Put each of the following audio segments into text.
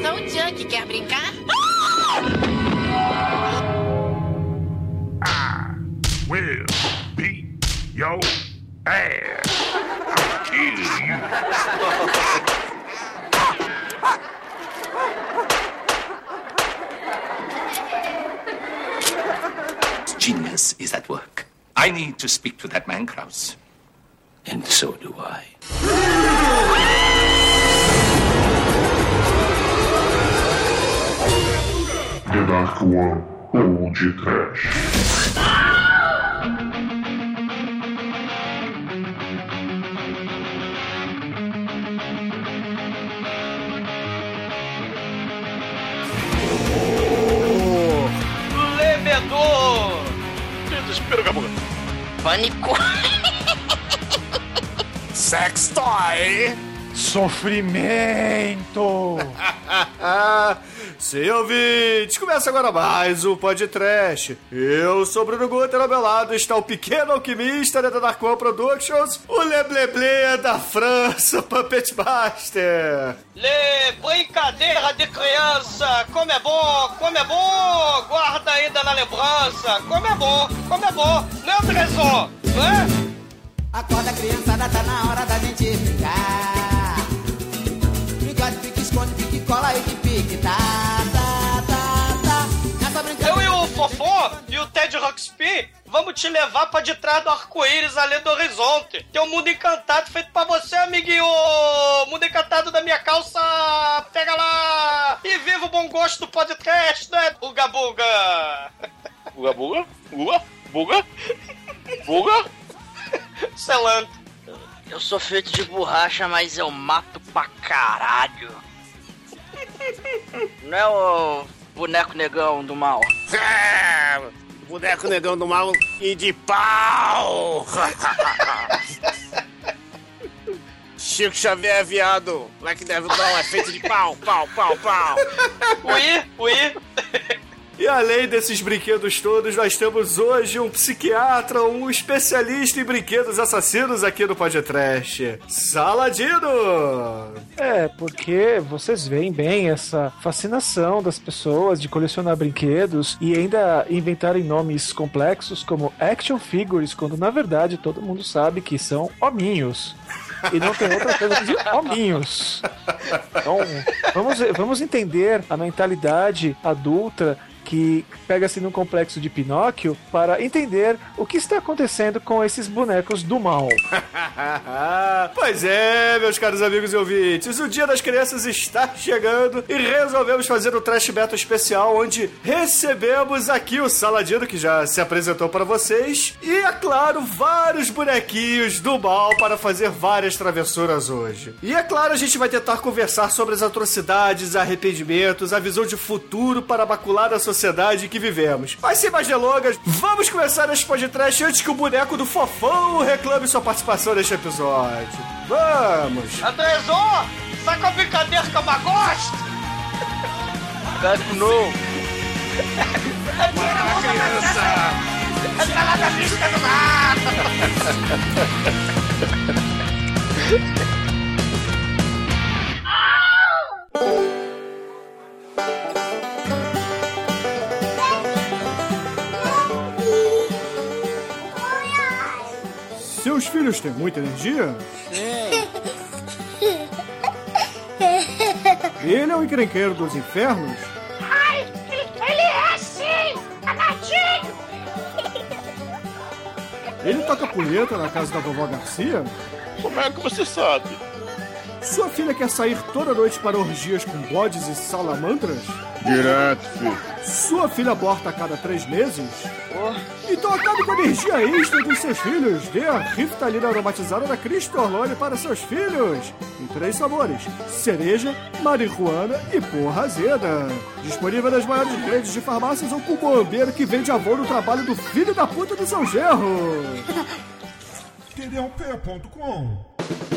Atenção, Chuck, quer brincar? Will beat your ass. I'll kill you. Genius is at work. I need to speak to that man, Krause. And so do I. The Dark One ou de Trash. Lemedor! Desespero, Gabuga. Pânico. Sex toy! Sofrimento! Sim, ouvintes, começa agora mais um podcast. Eu sou Bruno Guter, ao meu lado está o pequeno alquimista da Dark One Productions, o Lebleble da França, Puppet Master. Brincadeira de criança! Como é bom! Guarda ainda na lembrança! Como é bom! Não é, Trezor? Não é? Acorda, criançada, tá na hora da gente brincar. Brincar de pique, esconde, pique, cola e de pique. Tá. Essa brincadeira... Eu e o Fofó e o Ted Roxby vamos te levar pra de trás do arco-íris, além do horizonte. Tem um mundo encantado feito pra você, amiguinho. Mundo encantado da minha calça. Pega lá. E viva o bom gosto do podcast, né, Uga Buga? Uga Buga? Buga? Selando. Eu sou feito de borracha, mas eu mato pra caralho. Não é o boneco negão do mal? É, boneco negão do mal e de pau. Chico Xavier, viado. Black Devil Doll é feito de pau. Ui. E além desses brinquedos todos, nós temos hoje um psiquiatra, um especialista em brinquedos assassinos aqui no Podcast. Saladino! Porque vocês veem bem essa fascinação das pessoas de colecionar brinquedos e ainda inventarem nomes complexos como action figures, quando na verdade todo mundo sabe que são hominhos. E não tem outra coisa de hominhos. Então, vamos entender a mentalidade adulta que pega-se num complexo de Pinóquio para entender o que está acontecendo com esses bonecos do mal. Pois é, meus caros amigos e ouvintes, o Dia das Crianças está chegando e resolvemos fazer um Trash Battle especial onde recebemos aqui o Saladino, que já se apresentou para vocês, e, é claro, vários bonequinhos do mal para fazer várias travessuras hoje. E, é claro, a gente vai tentar conversar sobre as atrocidades, arrependimentos, a visão de futuro para macular a sociedade que vivemos. Mas sem mais delongas, vamos começar esse podcast antes que o boneco do Fofão reclame sua participação neste episódio. Vamos! Andrezô, saca a brincadeira que eu mais gosto! Não! Entra lá na pista do mar! Seus filhos têm muita energia? Sim. Ele é o encrenqueiro dos infernos? Ai, ele é sim! Gatinho! Ele toca punheta na casa da vovó Garcia? Como é que você sabe? Sua filha quer sair toda noite para orgias com bodes e salamandras? Direto, filho. Sua filha aborta a cada 3 meses? Então acabe com a energia extra dos seus filhos. Dê a Riftalina aromatizada da Cristo Orlone para seus filhos. Em 3 sabores: cereja, marihuana e porra azeda. Disponível nas maiores redes de farmácias ou com o boambeiro que vende avô no trabalho do filho da puta do seu genro. TDLP.com.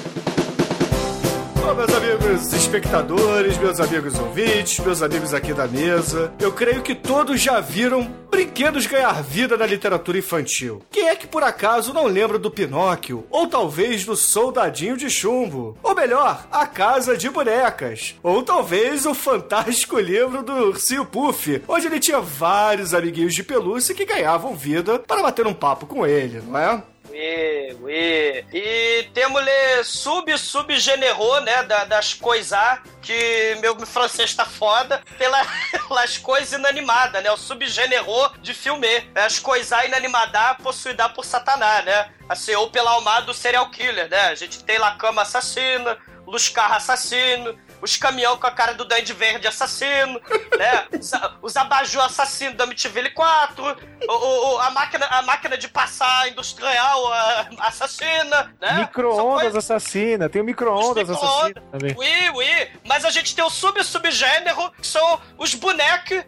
Olá, meus amigos espectadores, meus amigos ouvintes, meus amigos aqui da mesa. Eu creio que todos já viram brinquedos ganhar vida na literatura infantil. Quem é que por acaso não lembra do Pinóquio? Ou talvez do Soldadinho de Chumbo? Ou melhor, A Casa de Bonecas? Ou talvez o fantástico livro do Ursinho Puff, onde ele tinha vários amiguinhos de pelúcia que ganhavam vida para bater um papo com ele, não é? Oui. E temos subgênero, né, das coisas que meu francês tá foda, pelas coisas inanimadas, né, o subgênero de filme, as coisas inanimadas possuídas por Satanás, né, assim, ou pela alma do serial killer, né, a gente tem La Cama assassina, Luz Carro assassino, os caminhão com a cara do Duende Verde assassino, né? Os abajur assassinos da Amityville 4, a máquina de passar industrial assassina, né? Micro-ondas assassina, tem o micro-ondas assassino também. Oui, mas a gente tem o subgênero, que são os bonecos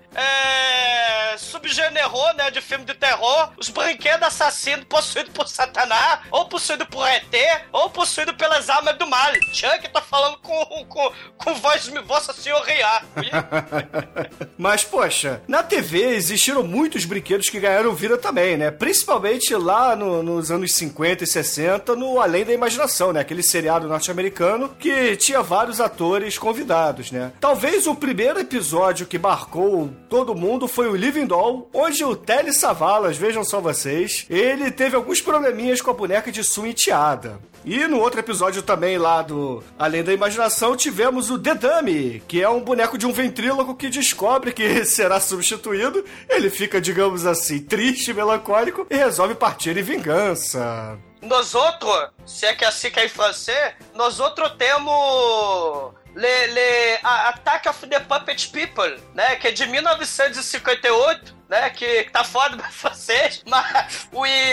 subgênero, né, de filme de terror, os brinquedos assassinos possuídos por Satanás, ou possuídos por ET, ou possuídos pelas almas do mal. Chuck tá falando com Vossa Senhoria. Mas, poxa, na TV existiram muitos brinquedos que ganharam vida também, né? Principalmente lá nos anos 50 e 60, no Além da Imaginação, né? Aquele seriado norte-americano que tinha vários atores convidados, né? Talvez o primeiro episódio que marcou todo mundo foi o Living Doll, onde o Telly Savalas, vejam só vocês, ele teve alguns probleminhas com a boneca de sua enteada. E no outro episódio também lá do Além da Imaginação tivemos o The Dummy, que é um boneco de um ventríloco que descobre que será substituído. Ele fica, digamos assim, triste, melancólico e resolve partir em vingança. Nós outros, se é que assim que é em francês, nós outros temos Attack of the Puppet People, né, que é de 1958, né, que tá foda no francês, mas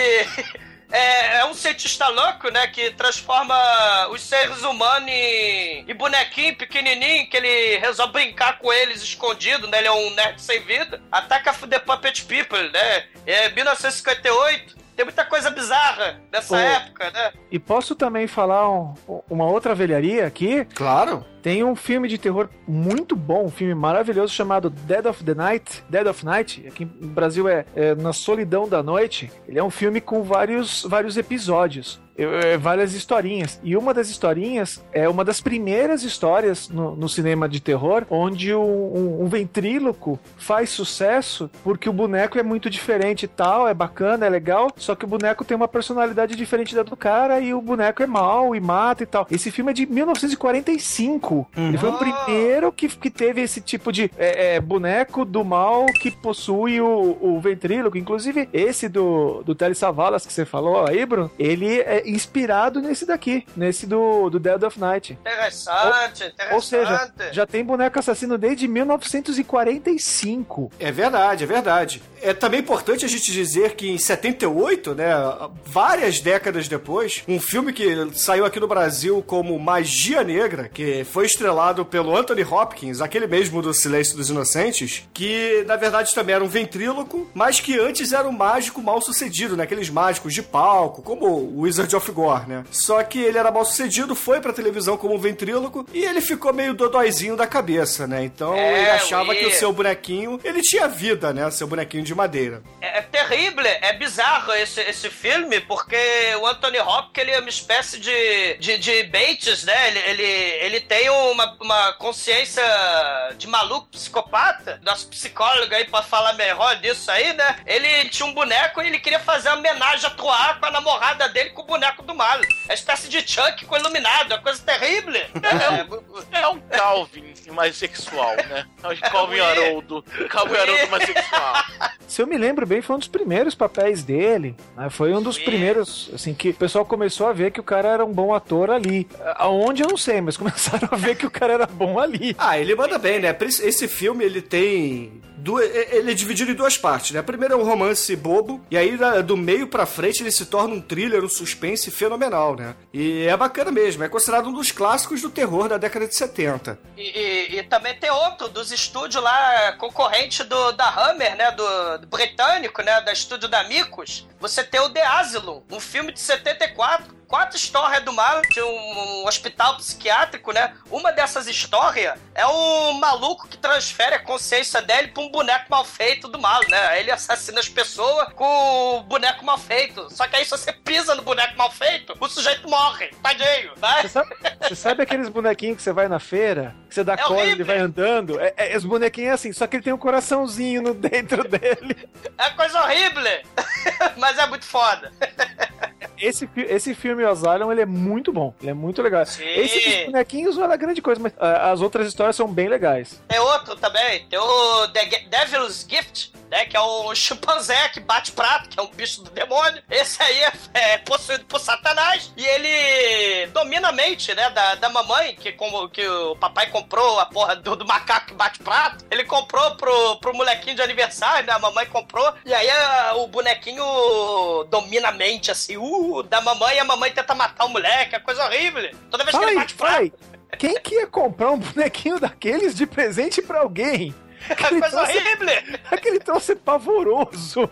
é um cientista louco, né, que transforma os seres humanos em bonequinho pequenininho, que ele resolve brincar com eles escondido, né, ele é um nerd sem vida. Attack of the Puppet People, né, é 1958. Tem muita coisa bizarra dessa época, né? E posso também falar uma outra velharia aqui? Claro. Tem um filme de terror muito bom, um filme maravilhoso chamado Dead of Night, aqui no Brasil é Na Solidão da Noite. Ele é um filme com vários episódios. Várias historinhas. E uma das historinhas é uma das primeiras histórias no cinema de terror, onde um ventríloco faz sucesso porque o boneco é muito diferente e tal, é bacana, é legal, só que o boneco tem uma personalidade diferente da do cara e o boneco é mau e mata e tal. Esse filme é de 1945. Ele foi o primeiro que teve esse tipo de boneco do mal que possui o ventríloco. Inclusive, esse do Telly Savalas que você falou aí, Bruno, ele é inspirado nesse daqui, nesse do Dead of Night. Interessante. Ou seja, já tem boneco assassino desde 1945. É verdade. É também importante a gente dizer que em 78, né, várias décadas depois, um filme que saiu aqui no Brasil como Magia Negra, que foi estrelado pelo Anthony Hopkins, aquele mesmo do Silêncio dos Inocentes, que na verdade também era um ventríloco, mas que antes era um mágico mal sucedido, né, aqueles mágicos de palco, como o Wizard of Gore, né? Só que ele era mal sucedido, foi pra televisão como um ventríloco e ele ficou meio dodóizinho da cabeça, né? Então ele achava que o seu bonequinho, ele tinha vida, né? Seu bonequinho de madeira. É terrível, é bizarro esse filme, porque o Anthony Hopkins, ele é uma espécie de Bates, né? Ele tem uma consciência de maluco, psicopata. Nosso psicólogo aí pode falar melhor disso aí, né? Ele tinha um boneco e ele queria fazer uma homenagem a Troar com a namorada dele com o boneco do mal. É uma espécie de Chuck com iluminado, é uma coisa terrível. É um Calvin mais sexual, né? É um Calvin Haroldo. Calvin Haroldo mais sexual. Se eu me lembro bem, foi um dos primeiros papéis dele, né? Foi um dos primeiros, assim, que o pessoal começou a ver que o cara era um bom ator ali. Aonde eu não sei, mas começaram a ver que o cara era bom ali. Ele manda bem, né? Esse filme, ele tem... Ele é dividido em duas partes, né? A primeira é um romance bobo, e aí do meio pra frente ele se torna um thriller, um suspense fenomenal, né? E é bacana mesmo, é considerado um dos clássicos do terror da década de 70. E também tem outro dos estúdios lá, concorrente da Hammer, né? Do britânico, né? Da estúdio da Amicus. Você tem o The Asylum, um filme de 74, 4 histórias do mal de um hospital psiquiátrico, né? Uma dessas histórias é um maluco que transfere a consciência dele pra um boneco mal feito do mal, né? Aí ele assassina as pessoas com o boneco mal feito. Só que aí se você pisa no boneco mal feito, o sujeito morre. Tadinho, vai? Você sabe aqueles bonequinhos que você vai na feira, que você dá corda e ele vai andando? Os bonequinhos é assim, só que ele tem um coraçãozinho dentro dele. É coisa horrível, mas é muito foda. Esse filme, o Asylum, ele é muito bom. Ele é muito legal. Sim. Esse dos bonequinhos não é grande coisa, mas as outras histórias são bem legais. Tem outro também. Tem o Devil's Gift, né? Que é o chimpanzé que bate prato, que é um bicho do demônio. Esse aí é possuído por Satanás. E ele domina a mente, né? Da mamãe, que o papai comprou a porra do macaco que bate prato. Ele comprou pro molequinho de aniversário, né? A mamãe comprou. E aí o bonequinho domina a mente, assim, da mamãe, e a mamãe tenta matar o moleque, é coisa horrível. Toda vez que ele bate prato. Quem que ia comprar um bonequinho daqueles de presente pra alguém? É coisa horrível. Aquele troço é pavoroso.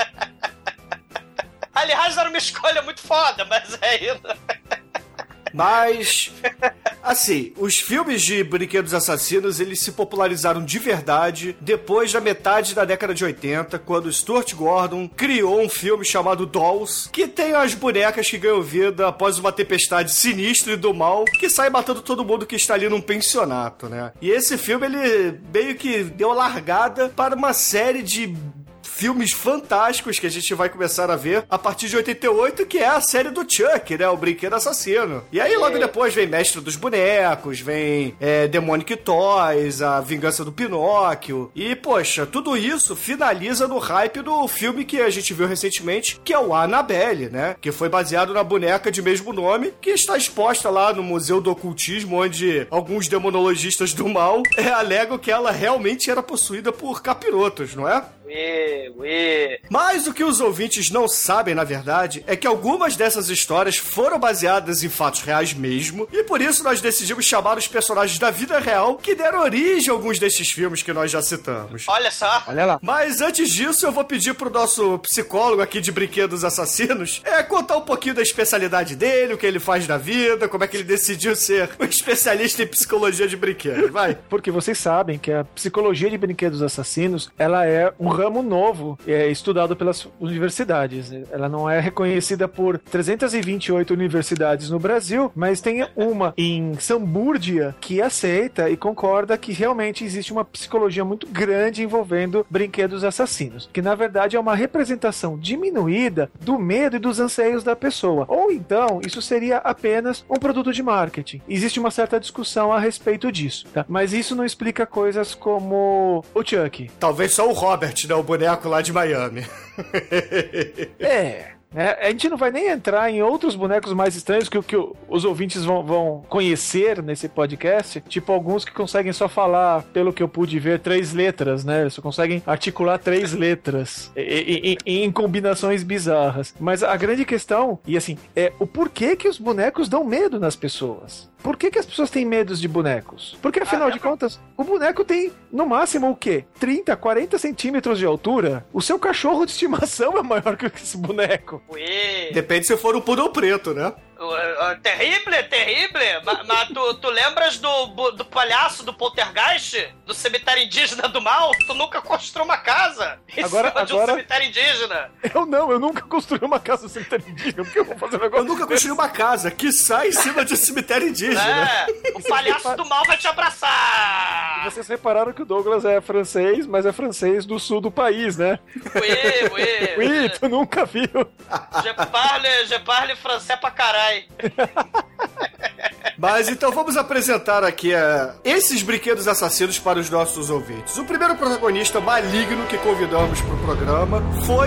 Aliás, era uma escolha muito foda, mas ainda... Mas, assim, os filmes de brinquedos assassinos, eles se popularizaram de verdade depois da metade da década de 80, quando Stuart Gordon criou um filme chamado Dolls, que tem as bonecas que ganham vida após uma tempestade sinistra e do mal, que sai matando todo mundo que está ali num pensionato, né? E esse filme, ele meio que deu largada para uma série de filmes fantásticos que a gente vai começar a ver a partir de 88, que é a série do Chuck, né? O Brinquedo Assassino. E aí, logo depois, vem Mestre dos Bonecos, vem Demonic Toys, A Vingança do Pinóquio. E, poxa, tudo isso finaliza no hype do filme que a gente viu recentemente, que é o Annabelle, né? Que foi baseado na boneca de mesmo nome, que está exposta lá no Museu do Ocultismo, onde alguns demonologistas do mal alegam que ela realmente era possuída por capirotos, não é? Mas o que os ouvintes não sabem, na verdade, é que algumas dessas histórias foram baseadas em fatos reais mesmo, e por isso nós decidimos chamar os personagens da vida real que deram origem a alguns desses filmes que nós já citamos. Olha só. Olha lá. Mas antes disso, eu vou pedir pro nosso psicólogo aqui de Brinquedos Assassinos contar um pouquinho da especialidade dele, o que ele faz na vida, como é que ele decidiu ser um especialista em psicologia de brinquedos. Vai. Porque vocês sabem que a psicologia de brinquedos assassinos, ela é um ramo novo estudado pelas universidades. Ela não é reconhecida por 328 universidades no Brasil, mas tem uma em Sambúrdia que aceita e concorda que realmente existe uma psicologia muito grande envolvendo brinquedos assassinos, que na verdade é uma representação diminuída do medo e dos anseios da pessoa. Ou então, isso seria apenas um produto de marketing. Existe uma certa discussão a respeito disso, tá? Mas isso não explica coisas como o Chuck. Talvez só o Robert, né? O boneco lá de Miami. A gente não vai nem entrar em outros bonecos mais estranhos que os ouvintes vão conhecer nesse podcast, tipo alguns que conseguem só falar, pelo que eu pude ver, 3 letras, né? Eles só conseguem articular 3 letras em combinações bizarras. Mas a grande questão, e assim, é o porquê que os bonecos dão medo nas pessoas. Por que as pessoas têm medo de bonecos? Porque, afinal de contas, o boneco tem, no máximo, o quê? 30, 40 centímetros de altura? O seu cachorro de estimação é maior que esse boneco. Depende se for um poodle preto, né? Terrível. Mas tu lembras do palhaço do Poltergeist? Do cemitério indígena do mal? Tu nunca construiu uma casa em cima de um cemitério indígena. Eu nunca construí uma casa no cemitério indígena. Por que eu vou fazer um negócio? Eu nunca construí uma casa que sai em cima de um cemitério indígena. O palhaço do mal vai te abraçar. E vocês repararam que o Douglas é francês, mas é francês do sul do país, né? Oui, tu nunca viu. Je parle français pra caralho. Mas então vamos apresentar aqui esses brinquedos assassinos para os nossos ouvintes. O primeiro protagonista maligno que convidamos para o programa foi...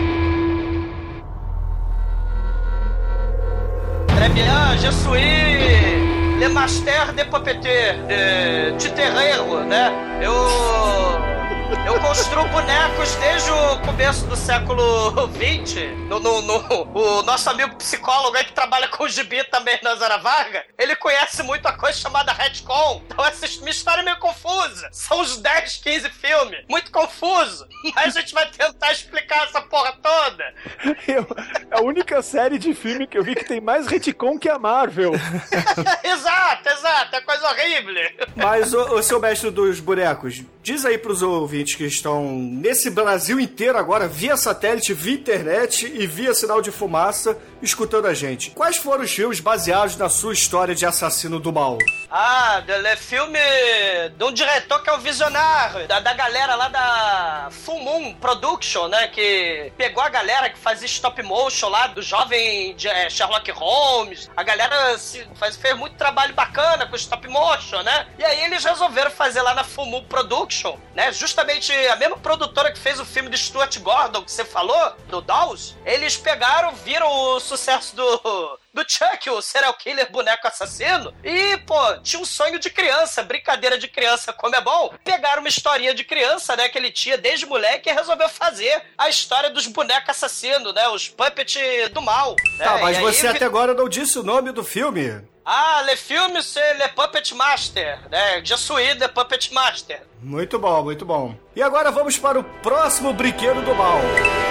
Très bien, je suis le master de papeter, de terreiro, né? Eu construo bonecos desde o começo do século XX. O nosso amigo psicólogo aí que trabalha com o gibi também na Zara Varga, ele conhece muito a coisa chamada retcon. Então essa minha história é meio confusa. São uns 10, 15 filmes. Muito confuso. Mas a gente vai tentar explicar essa porra toda. A única série de filme que eu vi que tem mais retcon que a Marvel. Exato. É coisa horrível. Mas, o seu mestre dos bonecos, diz aí pros ouvintes que estão nesse Brasil inteiro agora, via satélite, via internet e via sinal de fumaça, escutando a gente. Quais foram os filmes baseados na sua história de assassino do mal? É filme de um diretor que é o visionário, da galera lá da Full Moon Production, né? Que pegou a galera que fazia stop motion lá, do jovem Sherlock Holmes. A galera fez muito trabalho bacana com stop motion, né? E aí eles resolveram fazer lá na Full Moon Production, né? Justamente a mesma produtora que fez o filme do Stuart Gordon que você falou, do Dawes, eles pegaram, viram o sucesso do Chuck, o serial killer boneco assassino, e, pô, tinha um sonho de criança, brincadeira de criança, como é bom. Pegaram uma historinha de criança, né, que ele tinha desde moleque e resolveu fazer a história dos bonecos assassinos, né, os puppets do mal. Né? Tá, mas você até agora não disse o nome do filme. Le filme c'est le Puppet Master, né, Je suis le Puppet Master. Muito bom, muito bom. E agora vamos para o próximo brinquedo do mal.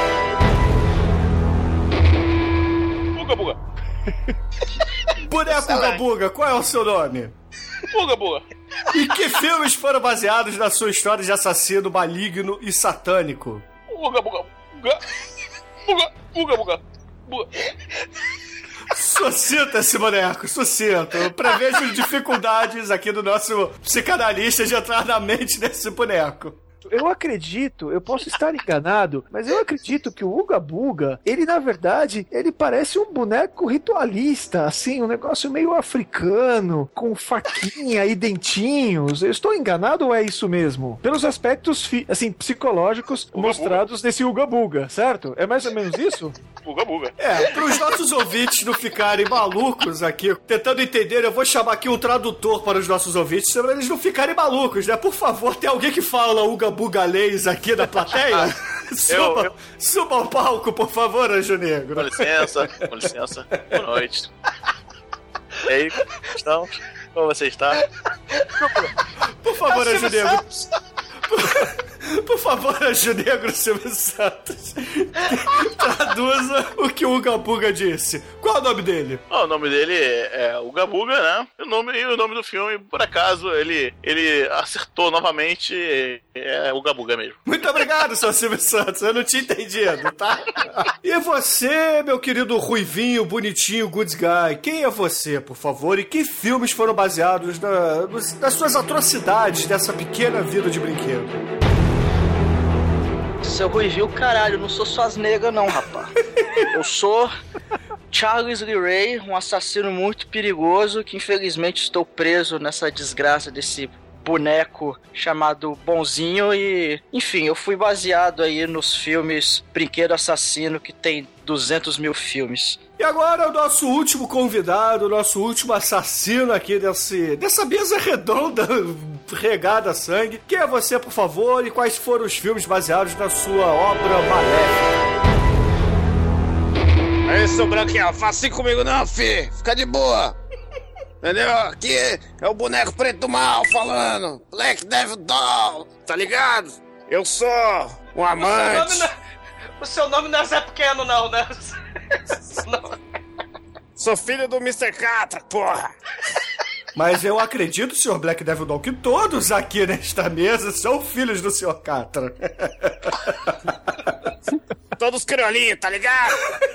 Buga. Boneco Uga-Buga, qual é o seu nome? Buga. E que filmes foram baseados na sua história de assassino maligno e satânico? Buga. Suscita esse boneco, suscita. Eu prevejo dificuldades aqui do nosso psicanalista de entrar na mente desse boneco. Eu acredito, eu posso estar enganado, mas eu acredito que o Uga-Buga, ele na verdade, ele parece um boneco ritualista, assim, um negócio meio africano, com faquinha e dentinhos. Eu estou enganado ou é isso mesmo? Pelos aspectos, assim, psicológicos mostrados nesse Uga-Buga, certo? É mais ou menos isso? Buga. Para os nossos ouvintes não ficarem malucos aqui, tentando entender, eu vou chamar aqui um tradutor para os nossos ouvintes, para eles não ficarem malucos, né? Por favor, tem alguém que fala Uga-Bugalês aqui na plateia? Suba ao palco, por favor, Anjo Negro. Com licença. Boa noite. E aí, como você está? Por favor, Anjo Negro. Por favor, Anjo Negro, Silvio Santos, traduza o que o Uga-Buga disse. Qual é o nome dele? O nome dele é Uga-Buga, né? E o nome do filme, por acaso, ele acertou novamente, é Uga-Buga mesmo. Muito obrigado, seu Silvio Santos, eu não tinha entendido, tá? E você, meu querido ruivinho, bonitinho, good guy, quem é você, por favor? E que filmes foram baseados nas suas atrocidades dessa pequena vida de brinquedo? Seu Ruivinho, caralho, eu não sou Schwarzenegger não, rapaz. Eu sou Charles Lee Ray, um assassino muito perigoso que infelizmente estou preso nessa desgraça desse boneco chamado Bonzinho e, enfim, eu fui baseado aí nos filmes Brinquedo Assassino, que tem 200 mil filmes. E agora o nosso último convidado, o nosso último assassino aqui dessa mesa redonda regada a sangue. Quem é você, por favor, e quais foram os filmes baseados na sua obra maléfica? Aí, seu branquinho, faça assim comigo não, fi. Fica de boa. Entendeu? Aqui é o boneco preto do mal falando. Black Devil Doll, tá ligado? Eu sou um amante. O seu nome não é Zé Pequeno, não, né? Sou filho do Mr. Catra, porra. Mas eu acredito, Sr. Black Devil Doll, que todos aqui nesta mesa são filhos do Sr. Catra. Todos criolinhos, tá ligado?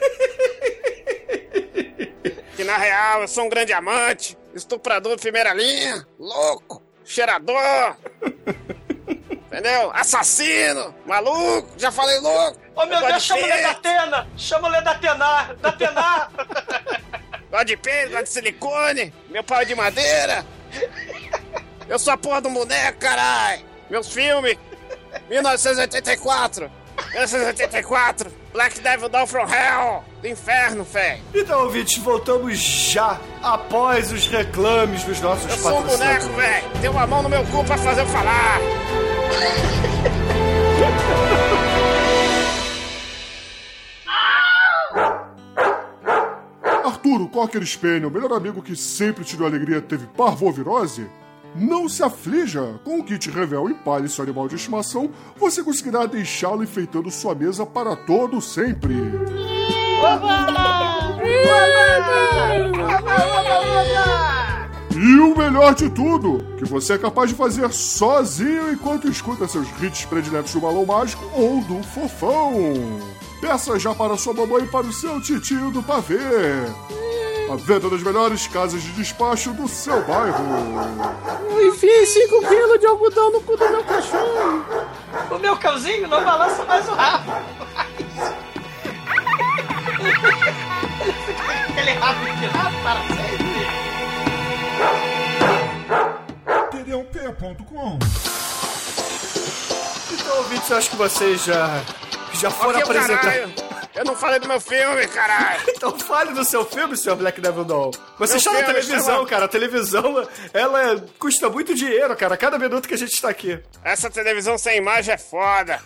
Que na real eu sou um grande amante, estuprador de primeira linha, louco, cheirador, entendeu? Assassino, maluco, já falei louco. Oh meu Deus, chama o Lê da Atena, chama o Lê da Atena. Gosto de peixe, gosto de silicone, meu pau é de madeira. Eu sou a porra do boneco, caralho. Meus filmes, 1984, Black Devil Doll from Hell, do inferno, fé. Então, ouvintes, voltamos já após os reclames dos nossos patrocinadores. Eu sou um boneco, velho. Tem uma mão no meu cu pra fazer eu falar. Arturo Cocker Spaniel, melhor amigo que sempre te deu alegria, teve parvovirose? Não se aflija! Com o kit Revel Empalhe seu animal de estimação, você conseguirá deixá-lo enfeitando sua mesa para todo sempre. E o melhor de tudo, que você é capaz de fazer sozinho enquanto escuta seus hits prediletos do Balão Mágico ou do Fofão. Peça já para sua mamãe e para o seu titio do pavê. A venda das melhores casas de despacho do seu bairro. Enfiei 5 quilos de algodão no cu do meu cachorro. O meu cãozinho não balança mais o rabo. Ele fica com aquele rabo empinado para sempre. td1p.com. Então, ouvintes, eu acho que vocês já foram apresentados. Eu não falei do meu filme, caralho. Então fale do seu filme, senhor Black Devil Doll. Você Meu está na filme televisão, chama- cara. A televisão, ela custa muito dinheiro, cara. Cada minuto que a gente está aqui. Essa televisão sem imagem é foda.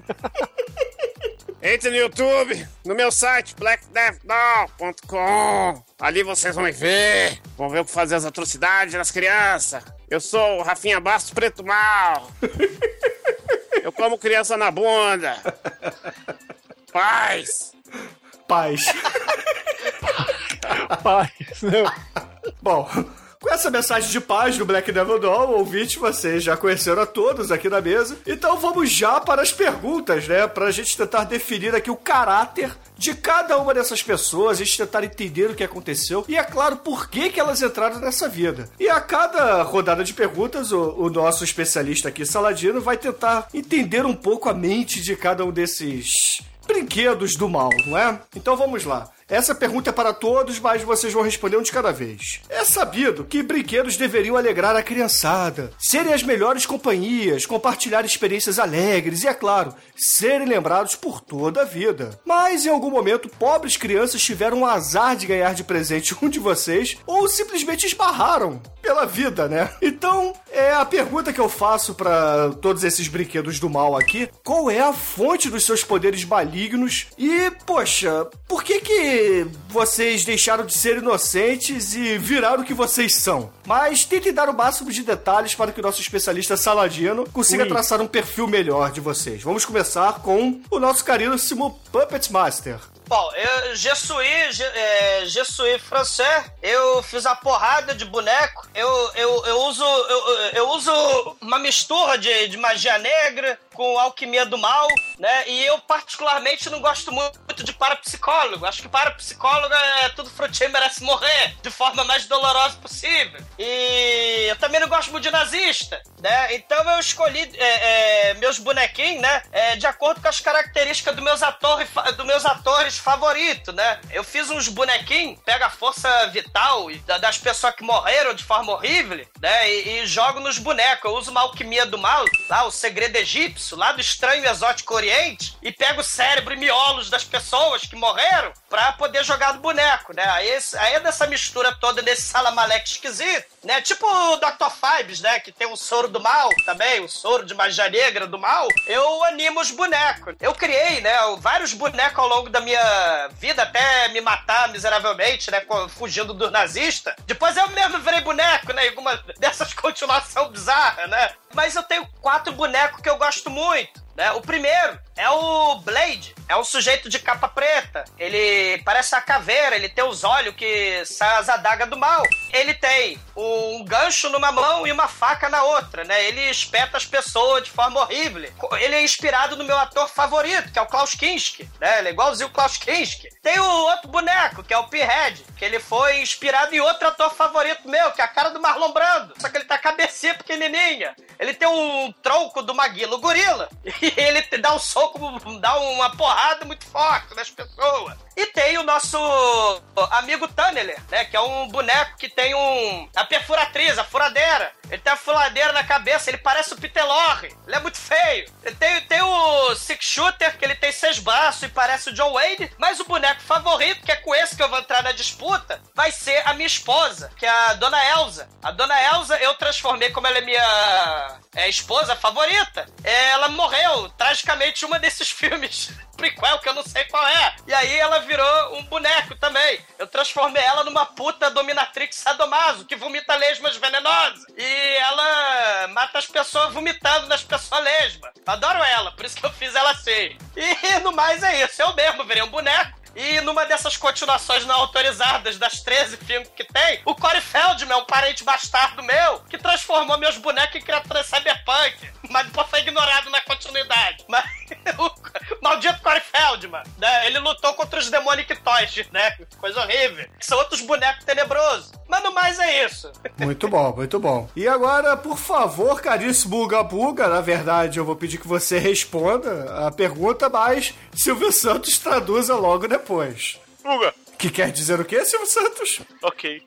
Entre no YouTube, no meu site, blackdevildoll.com. Ali vocês vão me ver. Vão ver o que fazer as atrocidades das crianças. Eu sou o Rafinha Bastos Preto Mal. Eu como criança na bunda. Paz. Paz. Paz, não. Bom, com essa mensagem de paz do Black Devil Doll, ouvinte, vocês já conheceram a todos aqui na mesa. Então vamos já para as perguntas, né? Pra gente tentar definir aqui o caráter de cada uma dessas pessoas, a gente tentar entender o que aconteceu e, é claro, por que elas entraram nessa vida. E a cada rodada de perguntas, o nosso especialista aqui, Saladino, vai tentar entender um pouco a mente de cada um desses brinquedos do mal, não é? Então vamos lá. Essa pergunta é para todos, mas vocês vão responder um de cada vez. É sabido que brinquedos deveriam alegrar a criançada, serem as melhores companhias, compartilhar experiências alegres e, é claro, serem lembrados por toda a vida. Mas, em algum momento, pobres crianças tiveram o azar de ganhar de presente um de vocês ou simplesmente esbarraram pela vida, né? Então, é a pergunta que eu faço para todos esses brinquedos do mal aqui. Qual é a fonte dos seus poderes malignos? E, poxa, por que vocês deixaram de ser inocentes e viraram o que vocês são? Mas tentem dar o máximo de detalhes para que o nosso especialista Saladino consiga traçar um perfil melhor de vocês. Vamos começar com o nosso caríssimo Puppet Master. Bom, je suis francês, eu fiz a porrada de boneco, eu uso uma mistura de magia negra com alquimia do mal, né? E eu particularmente não gosto muito de parapsicólogo. Acho que parapsicólogo é tudo frutinho, merece morrer de forma mais dolorosa possível. E eu também não gosto muito de nazista, né? Então eu escolhi meus bonequinhos, né? De acordo com as características dos meus atores favoritos, né? Eu fiz uns bonequinhos, pega a força vital das pessoas que morreram de forma horrível, né? E jogo nos bonecos. Eu uso uma alquimia do mal, lá, o segredo egípcio, lá do estranho exótico oriente, e pego o cérebro e miolos das pessoas que morreram pra poder jogar no boneco, né? Aí é dessa mistura toda, desse salamaleque esquisito, né? Tipo o Dr. Fibes, né? Que tem o soro do mal também, o soro de magia negra do mal. Eu animo os bonecos. Eu criei, né? Vários bonecos ao longo da minha vida, até me matar miseravelmente, né? Fugindo do nazista. Depois eu mesmo virei boneco, né? Em alguma dessas continuações bizarras, né? Mas eu tenho 4 bonecos que eu gosto muito, né? O primeiro é o Blade, é um sujeito de capa preta. Ele parece a caveira, ele tem os olhos que saem as adagas do mal. Ele tem um gancho numa mão e uma faca na outra, né? Ele espeta as pessoas de forma horrível. Ele é inspirado no meu ator favorito, que é o Klaus Kinski, né? Ele é igualzinho o Klaus Kinski. Tem o outro boneco, que é o Pinhead, que ele foi inspirado em outro ator favorito meu, que é a cara do Marlon Brando. Só que ele tá cabecinha pequenininha. Ele tem um tronco do Maguilo Gorila. E ele dá um soco, dá uma porrada muito forte nas pessoas. E tem o nosso amigo Tunneler, né? Que é um boneco que tem a perfuratriz, a furadeira. Ele tem a furadeira na cabeça, ele parece o Peter Lorre. Ele é muito feio. Tem o Six Shooter, que ele tem 6 braços e parece o John Wayne. Mas o boneco favorito, que é com esse que eu vou entrar na disputa, vai ser a minha esposa, que é a Dona Elsa. A Dona Elsa eu transformei, como ela é minha esposa favorita, ela morreu tragicamente em uma desses filmes prequel, que eu não sei qual é. E aí ela virou um boneco também. Eu transformei ela numa puta dominatrix sadomaso, que vomita lesmas venenosas. E ela mata as pessoas vomitando nas pessoas lesmas. Adoro ela, por isso que eu fiz ela assim. E no mais é isso, eu mesmo virei um boneco. E numa dessas continuações não autorizadas das 13 filmes que tem, o Corey Feldman, um parente bastardo meu, que transformou meus bonecos em criaturas cyberpunk. Mas depois foi ignorado na continuidade. Mas o maldito Corey Feldman, né? Ele lutou contra os Demonic Toys, né? Coisa horrível. São outros bonecos tenebrosos. Mas no mais é isso. Muito bom, muito bom. E agora, por favor, caríssimo Uga Buga, na verdade eu vou pedir que você responda a pergunta, mas Silvio Santos traduza logo depois. Buga. Que quer dizer o quê, Silvio Santos? Ok.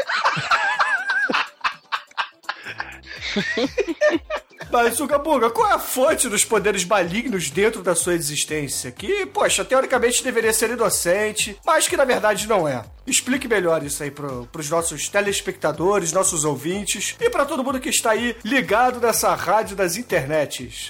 Mas, Uga Buga, qual é a fonte dos poderes malignos dentro da sua existência? Que, poxa, teoricamente deveria ser inocente, mas que na verdade não é. Explique melhor isso aí pros nossos telespectadores, nossos ouvintes e pra todo mundo que está aí ligado nessa rádio das internets.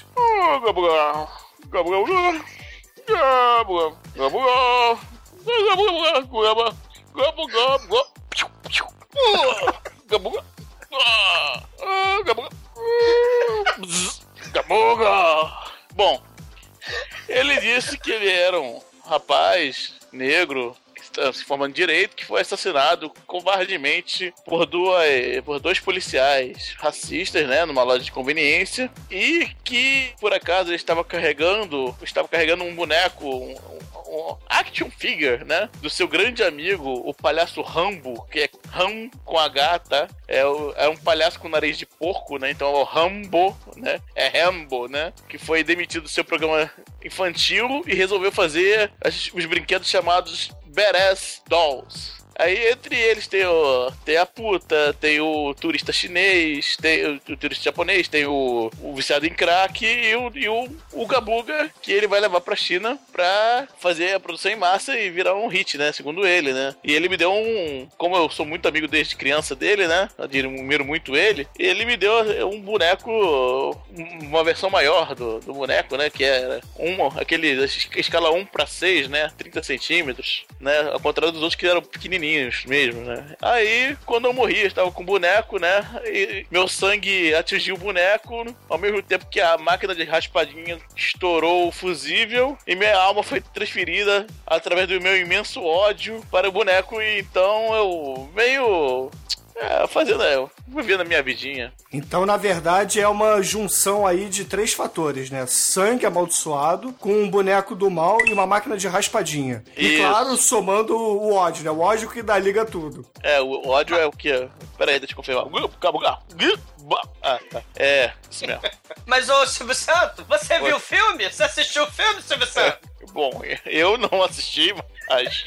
Bom, ele disse que ele era um rapaz negro se formando de direito, que foi assassinado covardemente por dois policiais racistas, né, numa loja de conveniência, e que por acaso ele estava carregando um boneco, um action figure, né, do seu grande amigo, o palhaço Rambo, que é Ram com H, tá? É um palhaço com nariz de porco, né? Então é o Rambo, né? É Rambo, né? Que foi demitido do seu programa infantil e resolveu fazer os brinquedos chamados Badass Dolls. Aí entre eles tem a puta, tem o turista chinês, tem o turista japonês, tem o viciado em crack e o Uga Buga, que ele vai levar pra China pra fazer a produção em massa e virar um hit, né? Segundo ele, né? E ele me deu como eu sou muito amigo desde criança dele, né? Admiro muito ele. Ele me deu um boneco, uma versão maior do boneco, né? Que era aquele escala 1:6, né? 30 centímetros, né? Ao contrário dos outros que eram pequenininhos mesmo, né? Aí, quando eu morri, eu estava com o boneco, né? E meu sangue atingiu o boneco, ao mesmo tempo que a máquina de raspadinha estourou o fusível e minha alma foi transferida através do meu imenso ódio para o boneco. E então eu meio... vivendo a minha vidinha. Então, na verdade, é uma junção aí de 3 fatores, né? Sangue amaldiçoado, com um boneco do mal e uma máquina de raspadinha. Isso. E, claro, somando o ódio, né? O ódio que dá liga tudo. O ódio é o quê? Pera aí, deixa eu confirmar. Ah, tá. É, isso mesmo. Mas, ô, Silvio Santos, você viu o filme? Você assistiu o filme, Silvio Santos? Bom, eu não assisti, mas...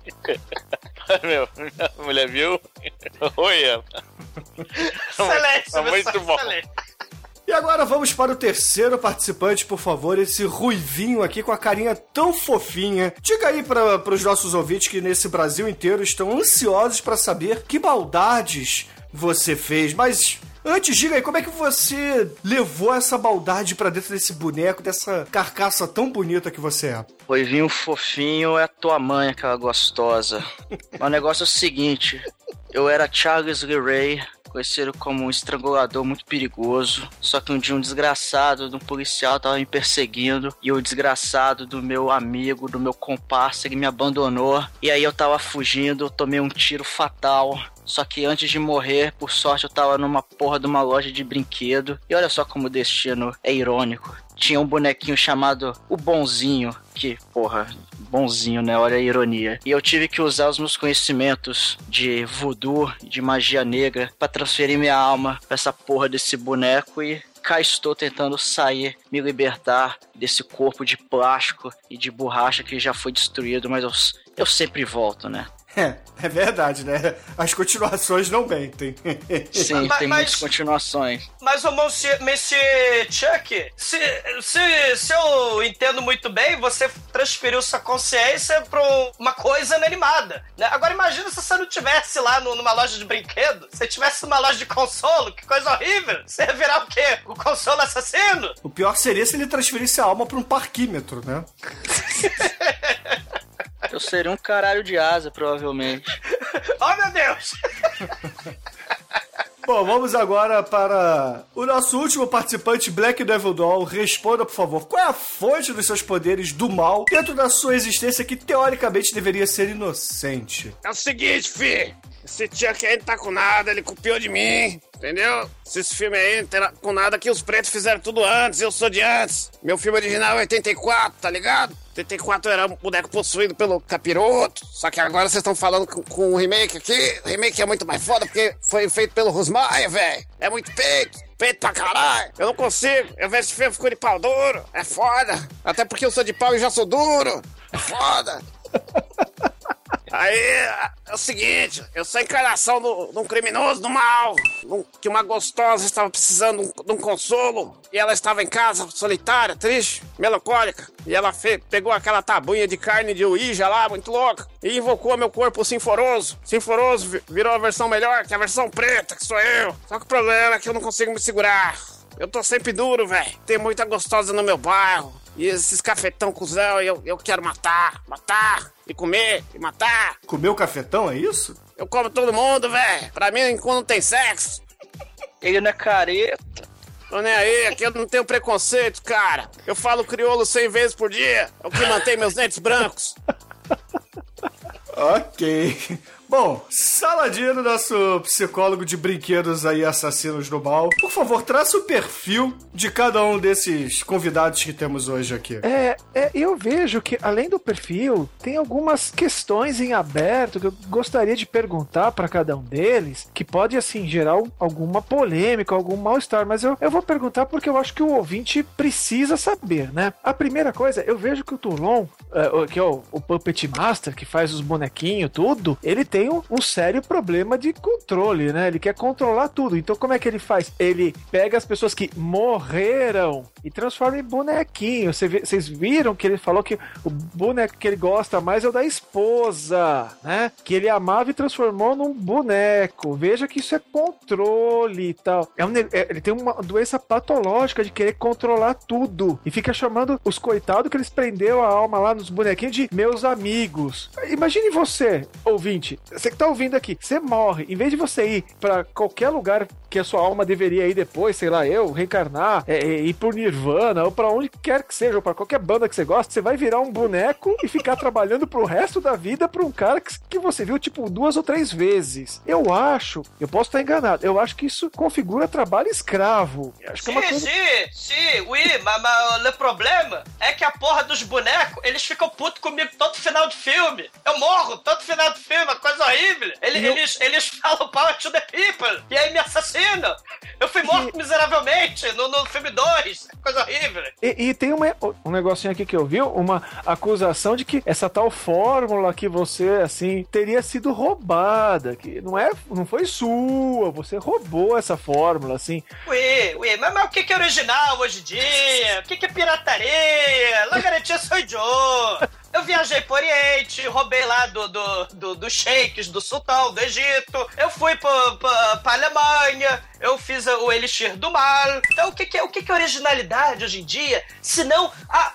minha mulher viu? Oi, Ana. Excelente, muito bom. Excelente. E agora vamos para o terceiro participante, por favor, esse ruivinho aqui com a carinha tão fofinha. Diga aí para os nossos ouvintes que nesse Brasil inteiro estão ansiosos para saber que maldades você fez, mas... Antes, diga aí, como é que você levou essa maldade pra dentro desse boneco, dessa carcaça tão bonita que você é? Ruivinho fofinho é a tua mãe, aquela gostosa. Mas o negócio é o seguinte, eu era Charles Lee Ray, conhecido como um estrangulador muito perigoso, só que um dia um desgraçado de um policial tava me perseguindo e o desgraçado do meu amigo, do meu comparsa, ele me abandonou e aí eu tava fugindo, tomei um tiro fatal. Só que antes de morrer, por sorte, eu tava numa porra de uma loja de brinquedo. E olha só como o destino é irônico. Tinha um bonequinho chamado o Bonzinho. Que, porra, bonzinho, né? Olha a ironia. E eu tive que usar os meus conhecimentos de voodoo, de magia negra, pra transferir minha alma pra essa porra desse boneco e... cá estou tentando sair, me libertar desse corpo de plástico e de borracha que já foi destruído, mas eu sempre volto, né? É verdade, né? As continuações não mentem. Sim, tem muitas continuações. Mas, ô Monsieur Chuck, se eu entendo muito bem, você transferiu sua consciência pra uma coisa inanimada, né? Agora imagina se você não tivesse lá numa loja de brinquedo, se tivesse numa loja de consolo, que coisa horrível. Você ia virar o quê? O consolo assassino? O pior seria se ele transferisse a alma pra um parquímetro, né? Eu seria um caralho de asa, provavelmente. Oh, meu Deus! Bom, vamos agora para o nosso último participante, Black Devil Doll. Responda, por favor, qual é a fonte dos seus poderes do mal dentro da sua existência que, teoricamente, deveria ser inocente? É o seguinte, fi. Esse Chuck aí não tá com nada, ele copiou de mim, entendeu? Esse filme aí não tá com nada que os pretos fizeram tudo antes, eu sou de antes. Meu filme original é 84, tá ligado? 84 era um boneco possuído pelo capiroto, só que agora vocês estão falando com o remake aqui. O remake é muito mais foda porque foi feito pelo Rusmaia, velho. É muito peito pra caralho. Eu não consigo, eu vejo esse filme, fico de pau duro, é foda. Até porque eu sou de pau e já sou duro, é foda. Aí, é o seguinte, eu sou a encarnação de um criminoso do mal, que uma gostosa estava precisando de um consolo, e ela estava em casa, solitária, triste, melancólica, e ela pegou aquela tabuinha de carne de Ouija lá, muito louca, e invocou meu corpo sinforoso. Sinforoso virou a versão melhor, que é a versão preta, que sou eu. Só que o problema é que eu não consigo me segurar. Eu tô sempre duro, velho. Tem muita gostosa no meu bairro. E esses cafetão cuzão, eu quero matar, e comer, e matar. Comer o cafetão, é isso? Eu como todo mundo, velho. Pra mim, quando não tem sexo. Ele não é careta. Tô nem aí, aqui eu não tenho preconceito, cara. Eu falo crioulo 100 vezes por dia. É o que mantém meus dentes brancos. Ok. Bom, Saladino, nosso psicólogo de brinquedos aí, assassinos do mal, por favor, traça o perfil de cada um desses convidados que temos hoje aqui. Eu vejo que, além do perfil, tem algumas questões em aberto que eu gostaria de perguntar para cada um deles, que pode, assim, gerar alguma polêmica, algum mal-estar, mas eu vou perguntar porque eu acho que o ouvinte precisa saber, né? A primeira coisa, eu vejo que o Toulon, que é o Puppet Master, que faz os bonequinhos, tudo, ele tem um sério problema de controle, né? Ele quer controlar tudo. Então, como é que ele faz? Ele pega as pessoas que morreram e transforma em bonequinho. Vocês viram que ele falou que o boneco que ele gosta mais é o da esposa, né? Que ele amava e transformou num boneco. Veja que isso é controle e tal. Ele tem uma doença patológica de querer controlar tudo. E fica chamando os coitados que eles prendeu a alma lá nos bonequinhos de meus amigos. Imagine você, ouvinte, você que tá ouvindo aqui, você morre, em vez de você ir pra qualquer lugar que a sua alma deveria ir depois, sei lá, reencarnar, ir pro Nirvana, ou pra onde quer que seja, ou pra qualquer banda que você gosta, você vai virar um boneco e ficar trabalhando pro resto da vida pra um cara que você viu, tipo, 2 ou 3 vezes. Eu posso estar enganado, eu acho que isso configura trabalho escravo. Acho que é uma coisa... Sim, mas o problema é que a porra dos bonecos, eles ficam putos comigo todo final de filme. Eu morro todo final de filme, uma coisa horrível. Eles falam power to the people, e aí me assassinam. Eu fui morto miseravelmente no filme 2, coisa horrível. E tem um negocinho aqui que eu vi, uma acusação de que essa tal fórmula que você, assim, teria sido roubada, que não foi sua, você roubou essa fórmula, assim. Mas o que é original hoje em dia? O que é pirataria? La garantia sou eu. Eu viajei pro Oriente, roubei lá dos sheiks, do sultão, do Egito. Eu fui pra Alemanha, eu fiz o Elixir do Mal. Então o que é originalidade hoje em dia? Se não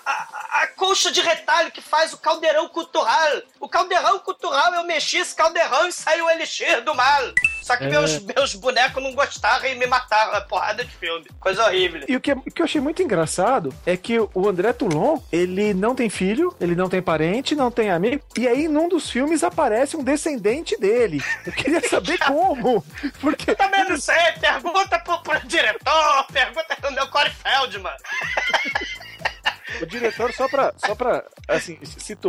a colcha de retalho que faz o caldeirão cultural. O caldeirão cultural, eu mexi esse caldeirão e saiu o Elixir do Mal. Só que meus bonecos não gostaram e me mataram a porrada de filme. Coisa horrível. E o que eu achei muito engraçado é que o André Toulon, ele não tem filho, ele não tem parente, não tem amigo, e aí num dos filmes aparece um descendente dele. Eu queria saber como. Porque... Eu também não sei, pergunta pro diretor, pergunta pro meu Corey Feldman. O diretor, só pra assim, situar,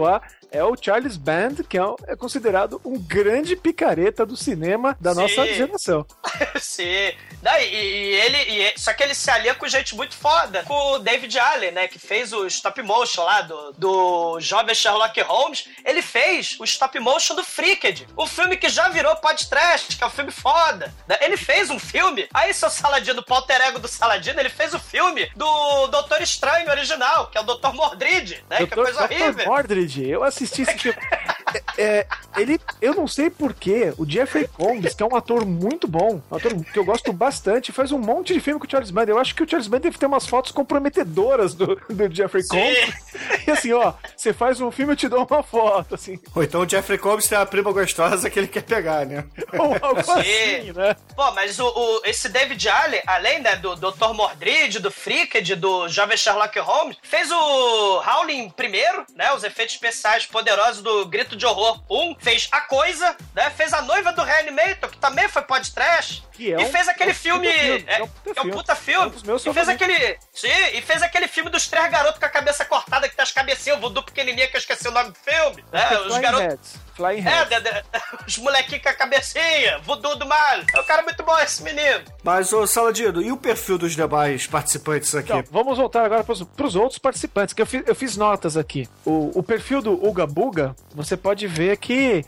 é o Charles Band, que é considerado um grande picareta do cinema da nossa geração. Sim. Só que ele se alia com gente muito foda. Com o David Allen, né? Que fez o stop motion lá do jovem Sherlock Holmes. Ele fez o stop motion do Freaked. O filme que já virou podcast, que é um filme foda. Ele fez um filme. Aí, seu Saladino, do alter ego do Saladino, ele fez o filme do Doutor Estranho original, que é o Dr. Mordrid, né? Que é coisa horrível. Dr. Mordrid, eu assisti esse filme. Eu não sei porquê, o Jeffrey Combs, que é um ator muito bom, um ator que eu gosto bastante, faz um monte de filme com o Charles Band. Eu acho que o Charles Band deve ter umas fotos comprometedoas do Jeffrey Combs. E assim, ó, você faz um filme, eu te dou uma foto, assim. Ou então o Jeffrey Combs tem uma prima gostosa que ele quer pegar, né? Ou algo assim, né? Pô, mas esse David Allen, além, né, do Dr. Mordrid, do Freaked, do jovem Sherlock Holmes, fez o Howling primeiro, né, os efeitos especiais poderosos do Grito de Horror 1, fez A Coisa, né, fez A Noiva do Reanimator, que também foi podcast, e fez aquele filme, é um puta filme, e fez aquele, e fez aquele filme dos 3 garotos com a cabeça cortada, que tem as cabecinhas voodoo pequenininha, que eu esqueci o nome do filme, né, os garotos... Flying Heads. Os molequinhos com a cabecinha, voodoo do mal. É um cara muito bom esse menino. Mas, ô Saladino, e o perfil dos demais participantes aqui? Então, vamos voltar agora pros outros participantes, que eu fiz notas aqui. O perfil do Uga Buga, você pode ver que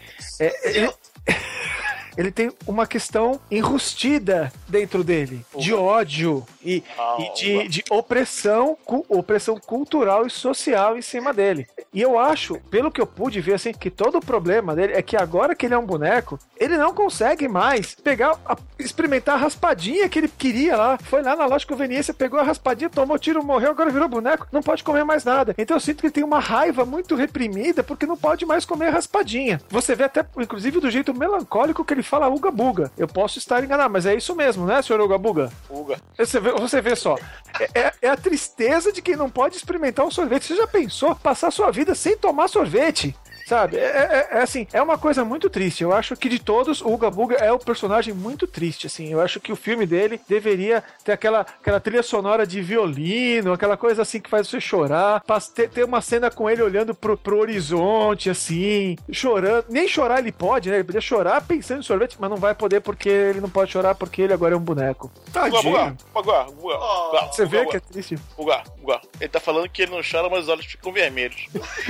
ele tem uma questão enrustida dentro dele, de ódio e de opressão cultural e social em cima dele. E eu acho, pelo que eu pude ver, assim, que todo o problema dele é que agora que ele é um boneco, ele não consegue mais experimentar a raspadinha que ele queria lá. Foi lá na loja de conveniência, pegou a raspadinha, tomou tiro, morreu, agora virou boneco, não pode comer mais nada. Então eu sinto que ele tem uma raiva muito reprimida porque não pode mais comer a raspadinha. Você vê até, inclusive, do jeito melancólico que ele fala Uga Buga. Eu posso estar enganado, mas é isso mesmo, né, senhor Uga Buga? Uga. Você vê só. É a tristeza de quem não pode experimentar um sorvete. Você já pensou passar sua vida sem tomar sorvete? Sabe? Assim, é uma coisa muito triste. Eu acho que de todos, o Uga Buga é o personagem muito triste, assim. Eu acho que o filme dele deveria ter aquela trilha sonora de violino, aquela coisa assim que faz você chorar, ter uma cena com ele olhando pro horizonte, assim, chorando. Nem chorar ele pode, né? Ele podia chorar pensando em sorvete, mas não vai poder porque ele não pode chorar porque ele agora é um boneco. Tadinho. Você vê que é triste. Uga. Ele tá falando que ele não chora, mas os olhos ficam vermelhos.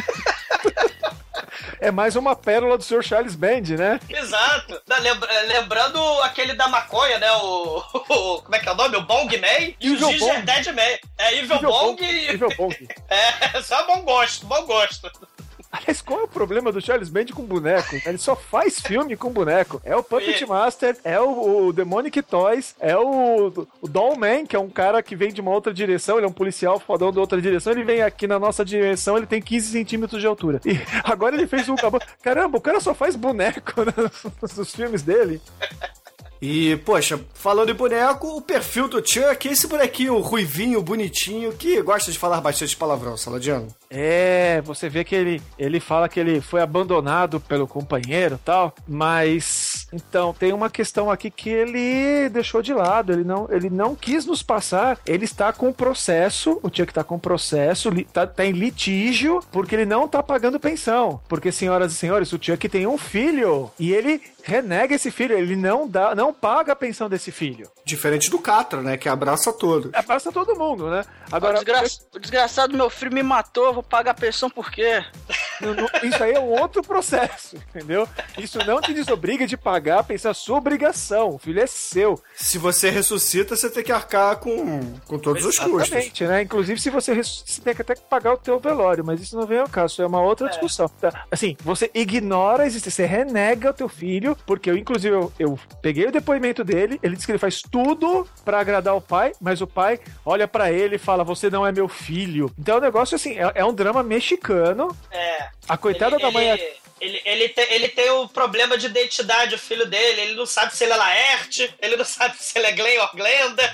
É mais uma pérola do Sr. Charles Band, né? Exato. Lembrando aquele da maconha, né? Como é que é o nome? O Bong Man e o Ginger Dead Man. Evil Bong e... Evil Bong. Só bom gosto. Aliás, qual é o problema do Charles Band com boneco? Ele só faz filme com boneco. É o Puppet Master, é o Demonic Toys, é o Dollman, que é um cara que vem de uma outra direção, ele é um policial fodão de outra direção, ele vem aqui na nossa direção, ele tem 15 centímetros de altura. E agora ele fez um... Caramba, o cara só faz boneco nos filmes dele. E, poxa, falando em boneco, o perfil do Chuck, esse bonequinho ruivinho, bonitinho, que gosta de falar bastante palavrão, Saladiano. Você vê que ele fala que ele foi abandonado pelo companheiro e tal, mas, então, tem uma questão aqui que ele deixou de lado, ele não quis nos passar, ele está com processo, o Chuck está com processo, tá em litígio, porque ele não tá pagando pensão, porque, senhoras e senhores, o Chuck tem um filho, e ele renega esse filho, ele não paga a pensão desse filho. Diferente do Catra, né, que abraça todo. Abraça todo mundo, né? Agora, o desgraçado do meu filho me matou, vou pagar a pensão por quê? Isso aí é um outro processo, entendeu? Isso não te desobriga de pagar a pensão, é sua obrigação, o filho é seu. Se você ressuscita, você tem que arcar com todos os custos. Exatamente, né? Inclusive, se você ressuscita, tem que até pagar o teu velório, mas isso não vem ao caso, isso é uma outra discussão. Tá? Assim, você ignora a existência, você renega o teu filho, porque eu peguei o depoimento dele, ele disse que ele faz tudo pra agradar o pai, mas o pai olha pra ele e fala, você não é meu filho. Então o negócio, assim, é um drama mexicano. A coitada da mãe... Ele tem o problema de identidade, o filho dele. Ele não sabe se ele é Laerte, ele não sabe se ele é Glenn ou Glenda.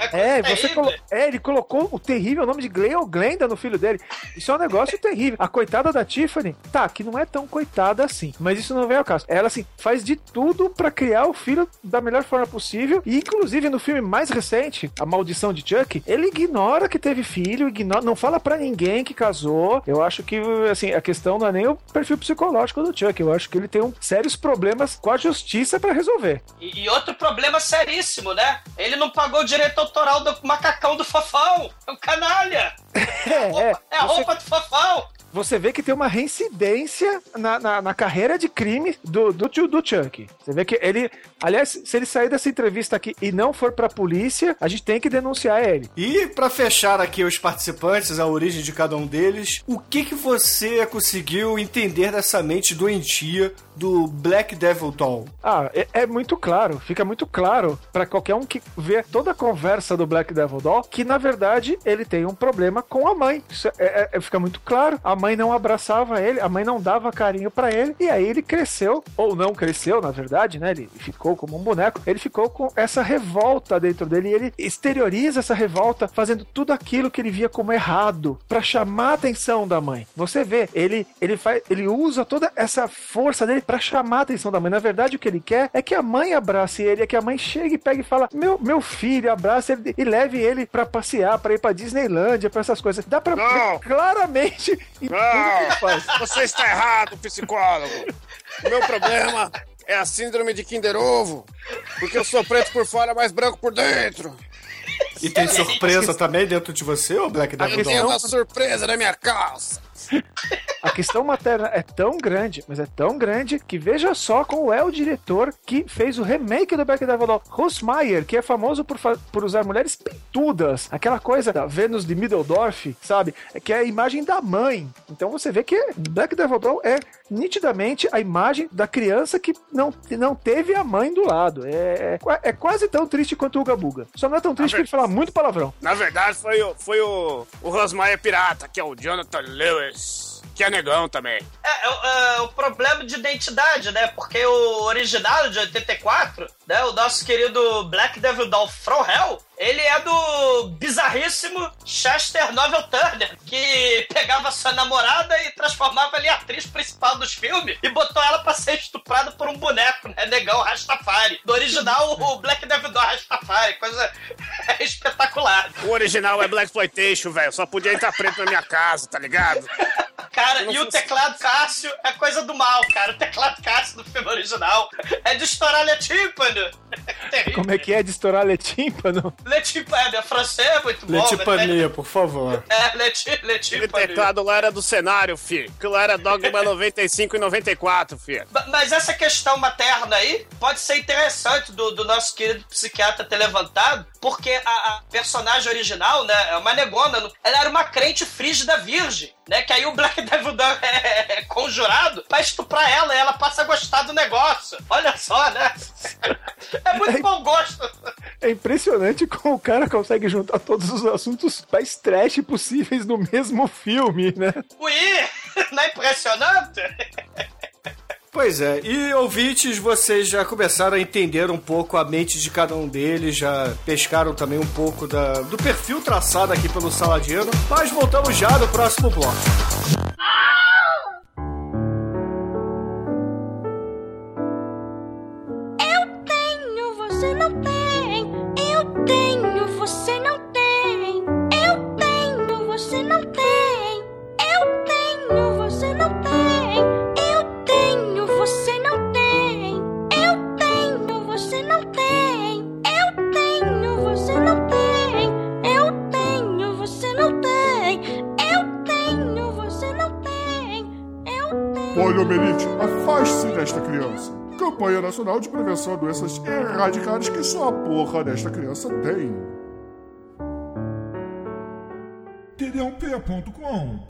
Ele colocou o terrível nome de Glenn ou Glenda no filho dele. Isso é um negócio terrível. A coitada da Tiffany, que não é tão coitada assim, mas isso não vem ao caso. Ela, assim, faz de tudo pra criar o filho da melhor forma possível, e inclusive no filme mais recente, A Maldição de Chuck, ele ignora que teve filho, não fala pra ninguém que casou. Eu acho que, assim, a questão não é nem o perfil psicológico do Chuck, eu acho que ele tem sérios problemas com a justiça pra resolver. E outro problema seríssimo, né? Ele não pagou o direito autoral do macacão do Fofão. É um canalha. É a roupa do Fofão. Você vê que tem uma reincidência na carreira de crime do Chuck. Você vê que ele... Aliás, se ele sair dessa entrevista aqui e não for pra polícia, a gente tem que denunciar ele. E pra fechar aqui os participantes, a origem de cada um deles, o que você conseguiu entender dessa mente doentia do Black Devil Doll? É muito claro, fica muito claro pra qualquer um que vê toda a conversa do Black Devil Doll que, na verdade, ele tem um problema com a mãe. Isso fica muito claro. A mãe não abraçava ele, a mãe não dava carinho pra ele, e aí ele cresceu, ou não cresceu, na verdade, né? Ele ficou como um boneco, ele ficou com essa revolta dentro dele, e ele exterioriza essa revolta fazendo tudo aquilo que ele via como errado, pra chamar a atenção da mãe. Você vê, ele usa toda essa força dele pra chamar a atenção da mãe. Na verdade, o que ele quer é que a mãe abrace ele, é que a mãe chegue e pegue e fala, meu filho, abrace ele e leve ele pra passear, pra ir pra Disneylândia, pra essas coisas. Dá pra ver claramente em tudo que ele faz. Você está errado, psicólogo. O meu problema é a síndrome de Kinder Ovo, porque eu sou preto por fora, mas branco por dentro. E tem surpresa também dentro de você, ô Black Devil Doll? Tem uma surpresa na minha calça. A questão materna é tão grande, mas é tão grande, que veja só como é o diretor que fez o remake do Black Devil Doll, Russ Meyer, que é famoso por usar mulheres peitudas, aquela coisa da Vênus de Middeldorf, sabe? Que é a imagem da mãe. Então você vê que Black Devil Doll é nitidamente a imagem da criança que não teve a mãe do lado. É quase tão triste quanto o Uga Buga. Só não é tão triste que ele fala muito palavrão. Na verdade, foi o Russ Meyer pirata, que é o Jonathan Lewis, que é negão também. O problema de identidade, né? Porque o original de 84, né? O nosso querido Black Devil Doll From Hell, ele é do bizarríssimo Chester Novel Turner, que pegava sua namorada e transformava ela em atriz principal dos filmes e botou ela pra ser estuprada por um boneco, né? Negão Rastafari. Do original, o Black Devil Doll Rastafari. Coisa espetacular. O original é Blaxploitation, velho. Só podia entrar preto na minha casa, tá ligado? Cara, e o teclado Cássio é coisa do mal, cara. O teclado Cássio do filme original é de estourar le tímpano. Como é que é de estourar le tímpano? Le tímpano, é francês, é muito bom. Le tímpania, por favor. Le tímpano. Aquele teclado lá era do cenário, filho. Aquilo lá era Dogma 95 e 94, filho. Mas essa questão materna aí pode ser interessante do nosso querido psiquiatra ter levantado, porque a personagem original, né, é uma negona, ela era uma crente frígida virgem, né, que aí o Black Devil Doll é conjurado pra estuprar ela e ela passa a gostar do negócio. Olha só, né? É muito bom gosto. É impressionante como o cara consegue juntar todos os assuntos mais trash possíveis no mesmo filme, né? Ui, não é impressionante? Pois é, e ouvintes, vocês já começaram a entender um pouco a mente de cada um deles, já pescaram também um pouco do perfil traçado aqui pelo Saladino, mas voltamos já no próximo bloco. Eu tenho, você não tem. Eu tenho, você não tem. Eu tenho, você não tem. Eu tenho, você não tem. Eu tenho, você não tem. Eu tenho, você não tem. Eu tenho, você não tem. Eu tenho, você não tem. Eu tenho, você não tem. Eu tenho. Poliomielite, afaste-se desta criança. Campanha Nacional de Prevenção a Doenças Erradicadas que só a porra desta criança tem. td1p.com.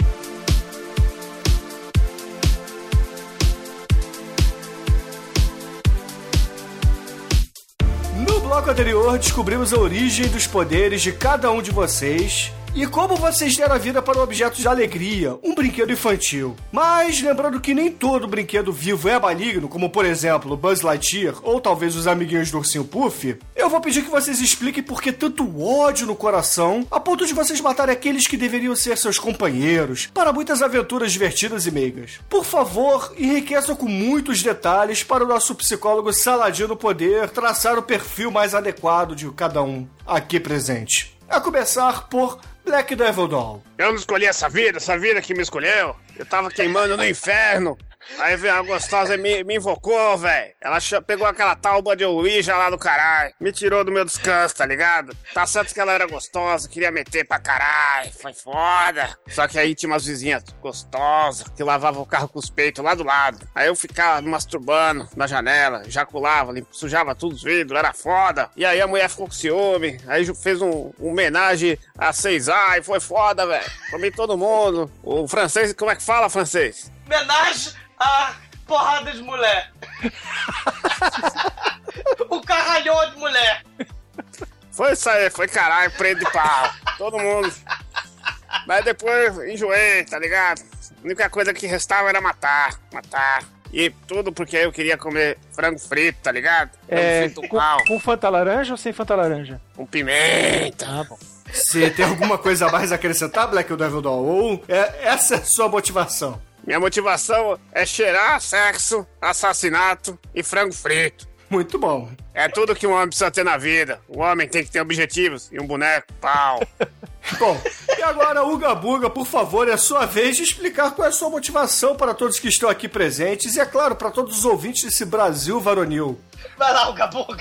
No bloco anterior, descobrimos a origem dos poderes de cada um de vocês E como vocês deram a vida para um objeto de alegria, um brinquedo infantil. Mas lembrando que nem todo brinquedo vivo é maligno, como por exemplo Buzz Lightyear ou talvez os amiguinhos do Ursinho Puff, eu vou pedir que vocês expliquem por que tanto ódio no coração a ponto de vocês matarem aqueles que deveriam ser seus companheiros para muitas aventuras divertidas e meigas. Por favor, enriqueçam com muitos detalhes para o nosso psicólogo Saladino poder traçar o perfil mais adequado de cada um aqui presente. A começar por Black Devil Doll. Eu não escolhi essa vida que me escolheu. Eu tava queimando no inferno. Aí veio a gostosa e me invocou, velho. Ela pegou aquela talba de Ouija lá do caralho. Me tirou do meu descanso, tá ligado? Tá certo que ela era gostosa, queria meter pra caralho. Foi foda. Só que aí tinha umas vizinhas gostosas que lavavam o carro com os peitos lá do lado. Aí eu ficava me masturbando na janela, ejaculava, sujava tudo os vidros, era foda. E aí a mulher ficou com ciúme. Aí fez um homenagem a 6A e foi foda, velho. Comi todo mundo. O francês, como é que fala, francês? Homenagem a porrada de mulher. O caralhão de mulher. Foi isso aí, foi caralho, preto de pau. Todo mundo. Mas depois enjoei, tá ligado? A única coisa que restava era matar. E tudo porque eu queria comer frango frito, tá ligado? Frango frito com Fanta laranja ou sem Fanta laranja? Com pimenta. Ah, bom. Você tem alguma coisa a mais a acrescentar, Black Devil Doll? Ou essa é a sua motivação? Minha motivação é cheirar sexo, assassinato e frango frito. Muito bom. É tudo que um homem precisa ter na vida. O homem tem que ter objetivos e um boneco, pau. Bom, e agora, Uga Buga, por favor, é a sua vez de explicar qual é a sua motivação para todos que estão aqui presentes e, é claro, para todos os ouvintes desse Brasil varonil. Vai lá, Uga Buga.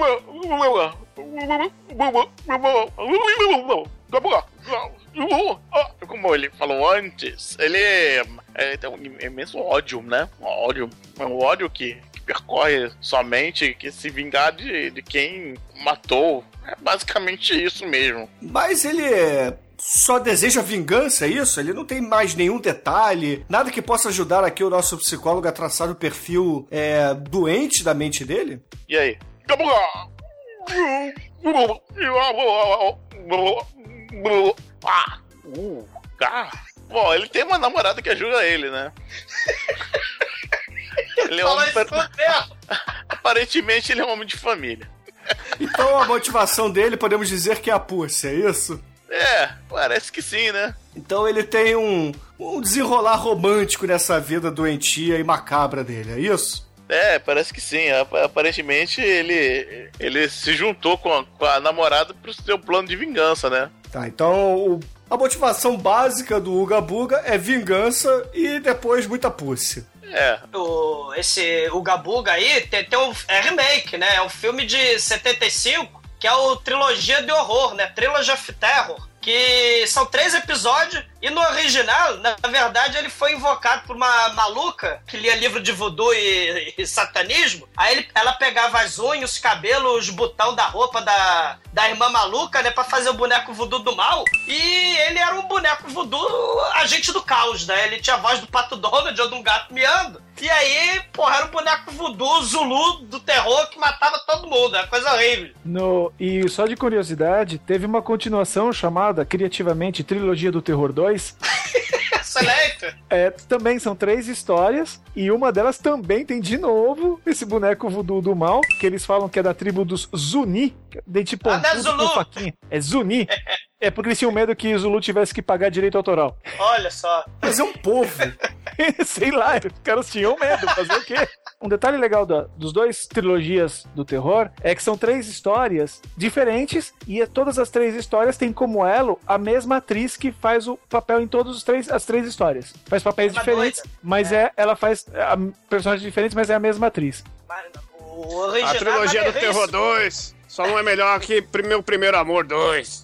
Como ele falou antes, ele tem um imenso ódio, né? Um ódio que percorre somente que se vingar de quem matou. É basicamente isso mesmo. Mas ele só deseja vingança, é isso? Ele não tem mais nenhum detalhe, nada que possa ajudar aqui o nosso psicólogo a traçar o perfil doente da mente dele? E aí? Bom, ele tem uma namorada que ajuda ele, né? Ele é um Aparentemente ele é um homem de família. Então a motivação dele, podemos dizer que é a pussy, é isso? Parece que sim, né? Então ele tem um desenrolar romântico nessa vida doentia e macabra dele, é isso? Parece que sim. Aparentemente ele se juntou com a namorada pro seu plano de vingança, né? Tá, então a motivação básica do Uga Buga é vingança e depois muita pussy. Esse Uga Buga aí tem remake, né? É um filme de 75, que é o Trilogia de Horror, né? Trilogy of Terror. Que são 3 episódios, e no original, na verdade, ele foi invocado por uma maluca que lia livro de voodoo e satanismo. Aí ela pegava as unhas, os cabelos, os botão da roupa da irmã maluca, né, pra fazer o boneco voodoo do mal. E ele era um boneco voodoo agente do caos, né? Ele tinha a voz do Pato Donald ou de um gato miando. E aí, era um boneco voodoo Zulu do terror que matava todo mundo. É coisa horrível. E só de curiosidade, teve uma continuação chamada, criativamente, Trilogia do Terror 2. Excelente! Também são 3 histórias, e uma delas também tem de novo esse boneco voodoo do mal, que eles falam que é da tribo dos Zuni. Dente pontudo com faquinha. É Zuni. É porque eles tinham medo que o Zulu tivesse que pagar direito autoral. Olha só. Mas é um povo. Sei lá, os caras tinham medo, fazer o quê? Um detalhe legal dos 2 trilogias do terror é que são 3 histórias diferentes e todas as 3 histórias têm como elo a mesma atriz que faz o papel em todas as 3 histórias. Faz papéis diferentes, mas ela faz personagens diferentes, mas é a mesma atriz. O original, a trilogia do Terror 2 só não é melhor que Meu Primeiro Amor 2.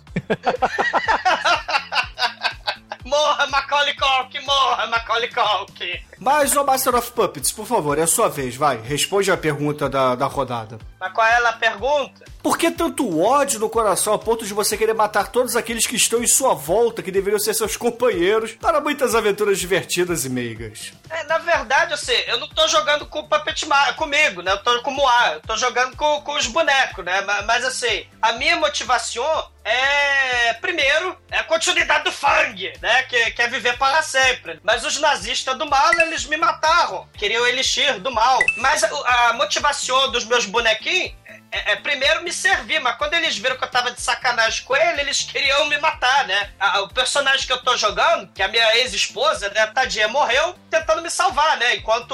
Morra, Macaulay Culkin! Morra, Macaulay Culkin! Mas, Master of Puppets, por favor, é a sua vez, vai. Responde a pergunta da rodada. Mas qual é a pergunta? Por que tanto ódio no coração a ponto de você querer matar todos aqueles que estão em sua volta, que deveriam ser seus companheiros, para muitas aventuras divertidas e meigas? Na verdade, assim, eu não tô jogando com o Puppet comigo, né? Eu tô com o Moá, eu tô jogando com os bonecos, né? Mas assim, a minha motivação primeiro, a continuidade do Fang, né? Que é viver para sempre. Mas os nazistas do mal, eles me mataram. Queriam o elixir do mal. Mas a motivação dos meus bonequinhos primeiro me servir, mas quando eles viram que eu tava de sacanagem com ele, eles queriam me matar, né? O personagem que eu tô jogando, que é a minha ex-esposa, né, tadinha, morreu tentando me salvar, né? Enquanto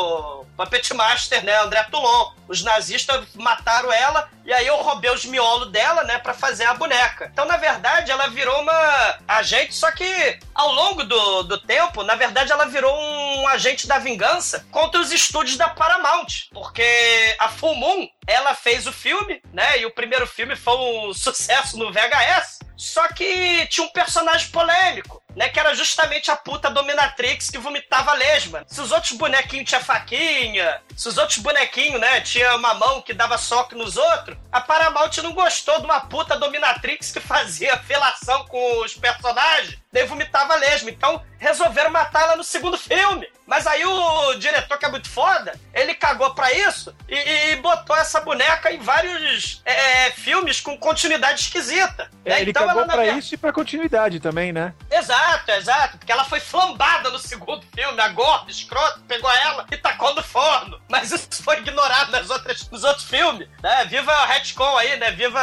o Puppet Master, né, André Toulon, os nazistas mataram ela, e aí eu roubei os miolos dela, né, pra fazer a boneca. Então, na verdade, ela virou uma agente, só que ao longo do tempo, na verdade, ela virou um agente da vingança contra os estúdios da Paramount, porque a Full Moon, ela fez o filme, né, e o primeiro filme foi um sucesso no VHS, só que tinha um personagem polêmico, né, que era justamente a puta dominatrix que vomitava lesma. Se os outros bonequinhos tinham faquinha, se os outros bonequinhos, né, tinha uma mão que dava soco nos outros, a Paramount não gostou de uma puta dominatrix que fazia felação com os personagens, daí vomitava lesma. Então resolveram matar ela no segundo filme. Mas aí o diretor, que é muito foda, ele cagou pra isso e botou essa boneca em vários filmes com continuidade esquisita. Né? Ele então cagou ela, pra isso e pra continuidade também, né? Exato, porque ela foi flambada no segundo filme, a gorda, escrota, pegou ela e tacou no forno. Mas isso foi ignorado nos outros filmes, né? Viva a retcon aí, né? Viva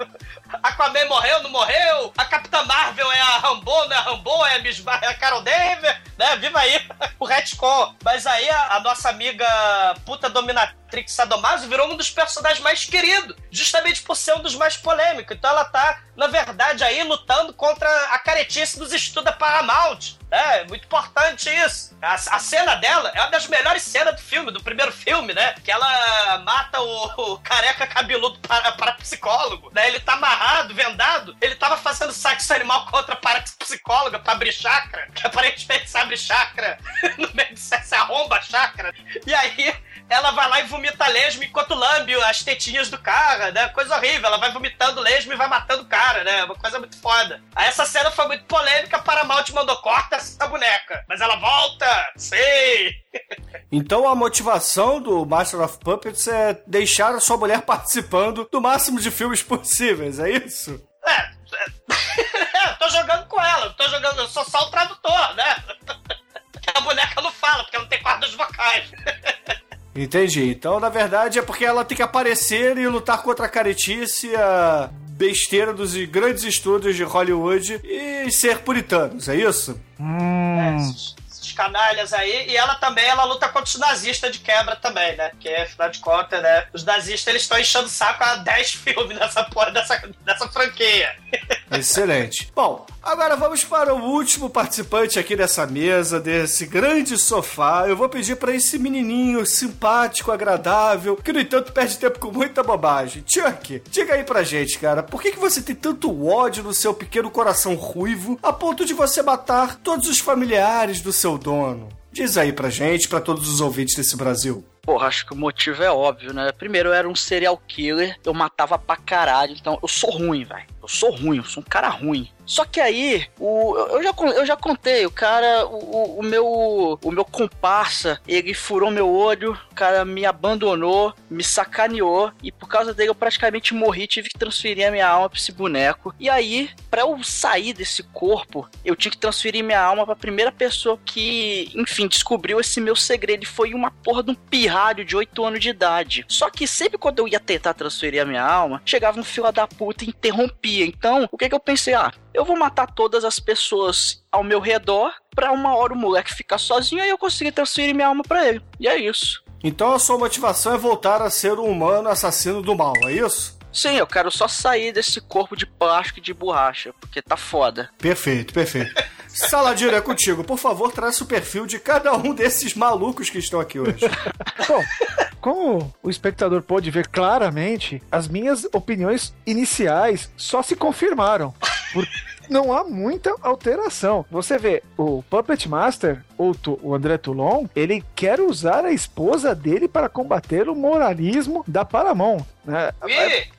Aquaman morreu, não morreu? A Capitã Marvel é a Rambo, não é a Rambo? É a Miss é a Carol Danvers, né? Viva aí o retcon. Mas aí a nossa amiga puta dominatrix Sadomaso virou um dos personagens mais queridos, justamente por ser um dos mais polêmicos. Então ela tá, na verdade, aí lutando contra a caretice dos estudos da Paramount. É muito importante isso. A cena dela é uma das melhores cenas do filme, do primeiro filme, né? Que ela mata o careca cabeludo parapsicólogo, né? Ele tá amarrado, vendado. Ele tava fazendo sexo animal com outra parapsicóloga pra abrir chakra, que aparentemente se abre chakra no meio de sexo, arromba a chakra. E aí ela vai lá e vomita lesma enquanto lambe as tetinhas do cara, né? Coisa horrível. Ela vai vomitando lesma e vai matando o cara, né? Uma coisa muito foda. Aí essa cena foi muito polêmica, a Paramount mandou corta essa boneca. Mas ela volta! Sei! Então a motivação do Master of Puppets é deixar a sua mulher participando do máximo de filmes possíveis, é isso? Eu tô jogando com ela, eu sou só o tradutor, né? A boneca não fala, porque não tem cordas vocais. Entendi. Então, na verdade, é porque ela tem que aparecer e lutar contra a caretice, a besteira dos grandes estúdios de Hollywood e ser puritanos, é isso? Esses canalhas aí. E ela também, ela luta contra os nazistas de quebra também, né? Porque, afinal de contas, né? Os nazistas, eles estão enchendo o saco há 10 filmes nessa porra, dessa franquia. Excelente. Bom, agora vamos para o último participante aqui dessa mesa, desse grande sofá. Eu vou pedir para esse menininho simpático, agradável, que no entanto perde tempo com muita bobagem. Chuck, diga aí pra gente, cara, por que você tem tanto ódio no seu pequeno coração ruivo a ponto de você matar todos os familiares do seu dono? Diz aí pra gente, pra todos os ouvintes desse Brasil. Porra, acho que o motivo é óbvio, né? Primeiro, eu era um serial killer, eu matava pra caralho, então eu sou ruim, velho. Eu sou um cara ruim. Só que aí, eu já contei, o cara, o meu comparsa, ele furou meu olho, o cara me abandonou, me sacaneou, e por causa dele eu praticamente morri, tive que transferir a minha alma pra esse boneco. E aí, pra eu sair desse corpo, eu tinha que transferir minha alma pra primeira pessoa que, enfim, descobriu esse meu segredo, e foi uma porra de um pirralho de 8 anos de idade. Só que sempre quando eu ia tentar transferir a minha alma, chegava um filho da puta e interrompia. Então, o que eu pensei? Eu vou matar todas as pessoas ao meu redor pra uma hora o moleque ficar sozinho e eu conseguir transferir minha alma pra ele. E é isso. Então a sua motivação é voltar a ser um humano assassino do mal, é isso? Sim, eu quero só sair desse corpo de plástico e de borracha, porque tá foda. Perfeito. Saladino, é contigo. Por favor, traça o perfil de cada um desses malucos que estão aqui hoje. Bom, como o espectador pôde ver claramente, as minhas opiniões iniciais só se confirmaram. Não há muita alteração. Você vê, o Puppet Master, o André Toulon, ele quer usar a esposa dele para combater o moralismo da Paramount, né?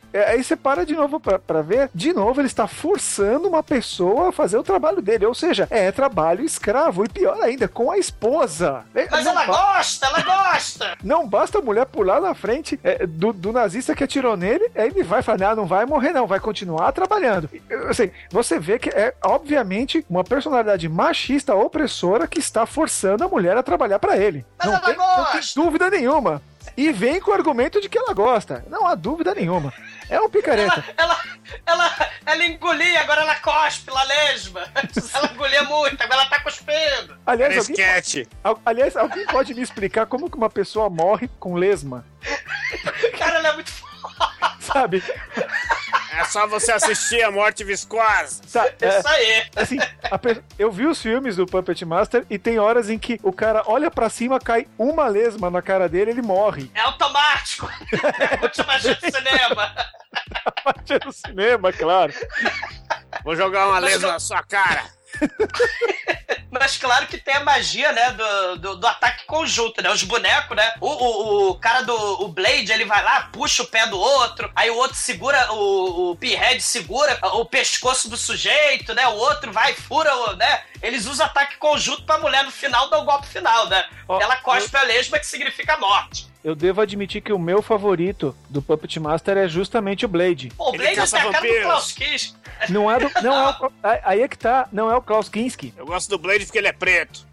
Aí você para de novo pra ver, de novo ele está forçando uma pessoa a fazer o trabalho dele, ou seja, é trabalho escravo, e pior ainda, com a esposa. Mas ela gosta! Não basta a mulher pular na frente do nazista que atirou nele, aí ele vai falar, não vai morrer não, vai continuar trabalhando. Assim, você vê que é, obviamente, uma personalidade machista, opressora, que está forçando a mulher a trabalhar pra ele. Mas Não tem dúvida nenhuma. E vem com o argumento de que ela gosta. Não há dúvida nenhuma. É um picareta. Ela engolia, agora ela cospe, ela lesma. Ela engolia muito, agora ela tá cuspindo. Aliás, alguém pode me explicar como que uma pessoa morre com lesma? Cara, ela é muito foda. Sabe? É só você assistir a Morte Viscosa. Isso aí. Assim, eu vi os filmes do Puppet Master e tem horas em que o cara olha pra cima, cai uma lesma na cara dele e ele morre. É automático. Última chance do cinema. Magia do cinema, claro. Vou jogar uma lesma na sua cara. Mas claro que tem a magia, né, do ataque conjunto, né, os bonecos, né, o cara o Blade, ele vai lá, puxa o pé do outro, aí o outro segura, o Pinhead segura o pescoço do sujeito, né, o outro vai, fura, né, eles usam ataque conjunto pra mulher no final dar o golpe final, né, ela cospe a lesma, que significa morte. Eu devo admitir que o meu favorito do Puppet Master é justamente o Blade. Pô, o Blade é a cara do Klaus Kinski. Aí é que tá, não é o Klaus Kinski. Eu gosto do Blade porque ele é preto.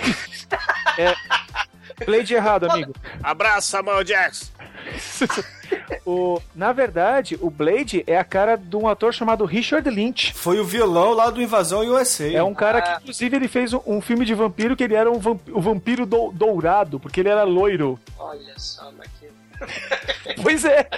Blade errado, amigo. Abraço, Samuel Jackson. Na verdade, o Blade é a cara de um ator chamado Richard Lynch. Foi o vilão lá do Invasão USA. É um cara que, inclusive, ele fez um filme de vampiro que ele era o vampiro dourado, porque ele era loiro. Olha só, Maquinho. Pois é.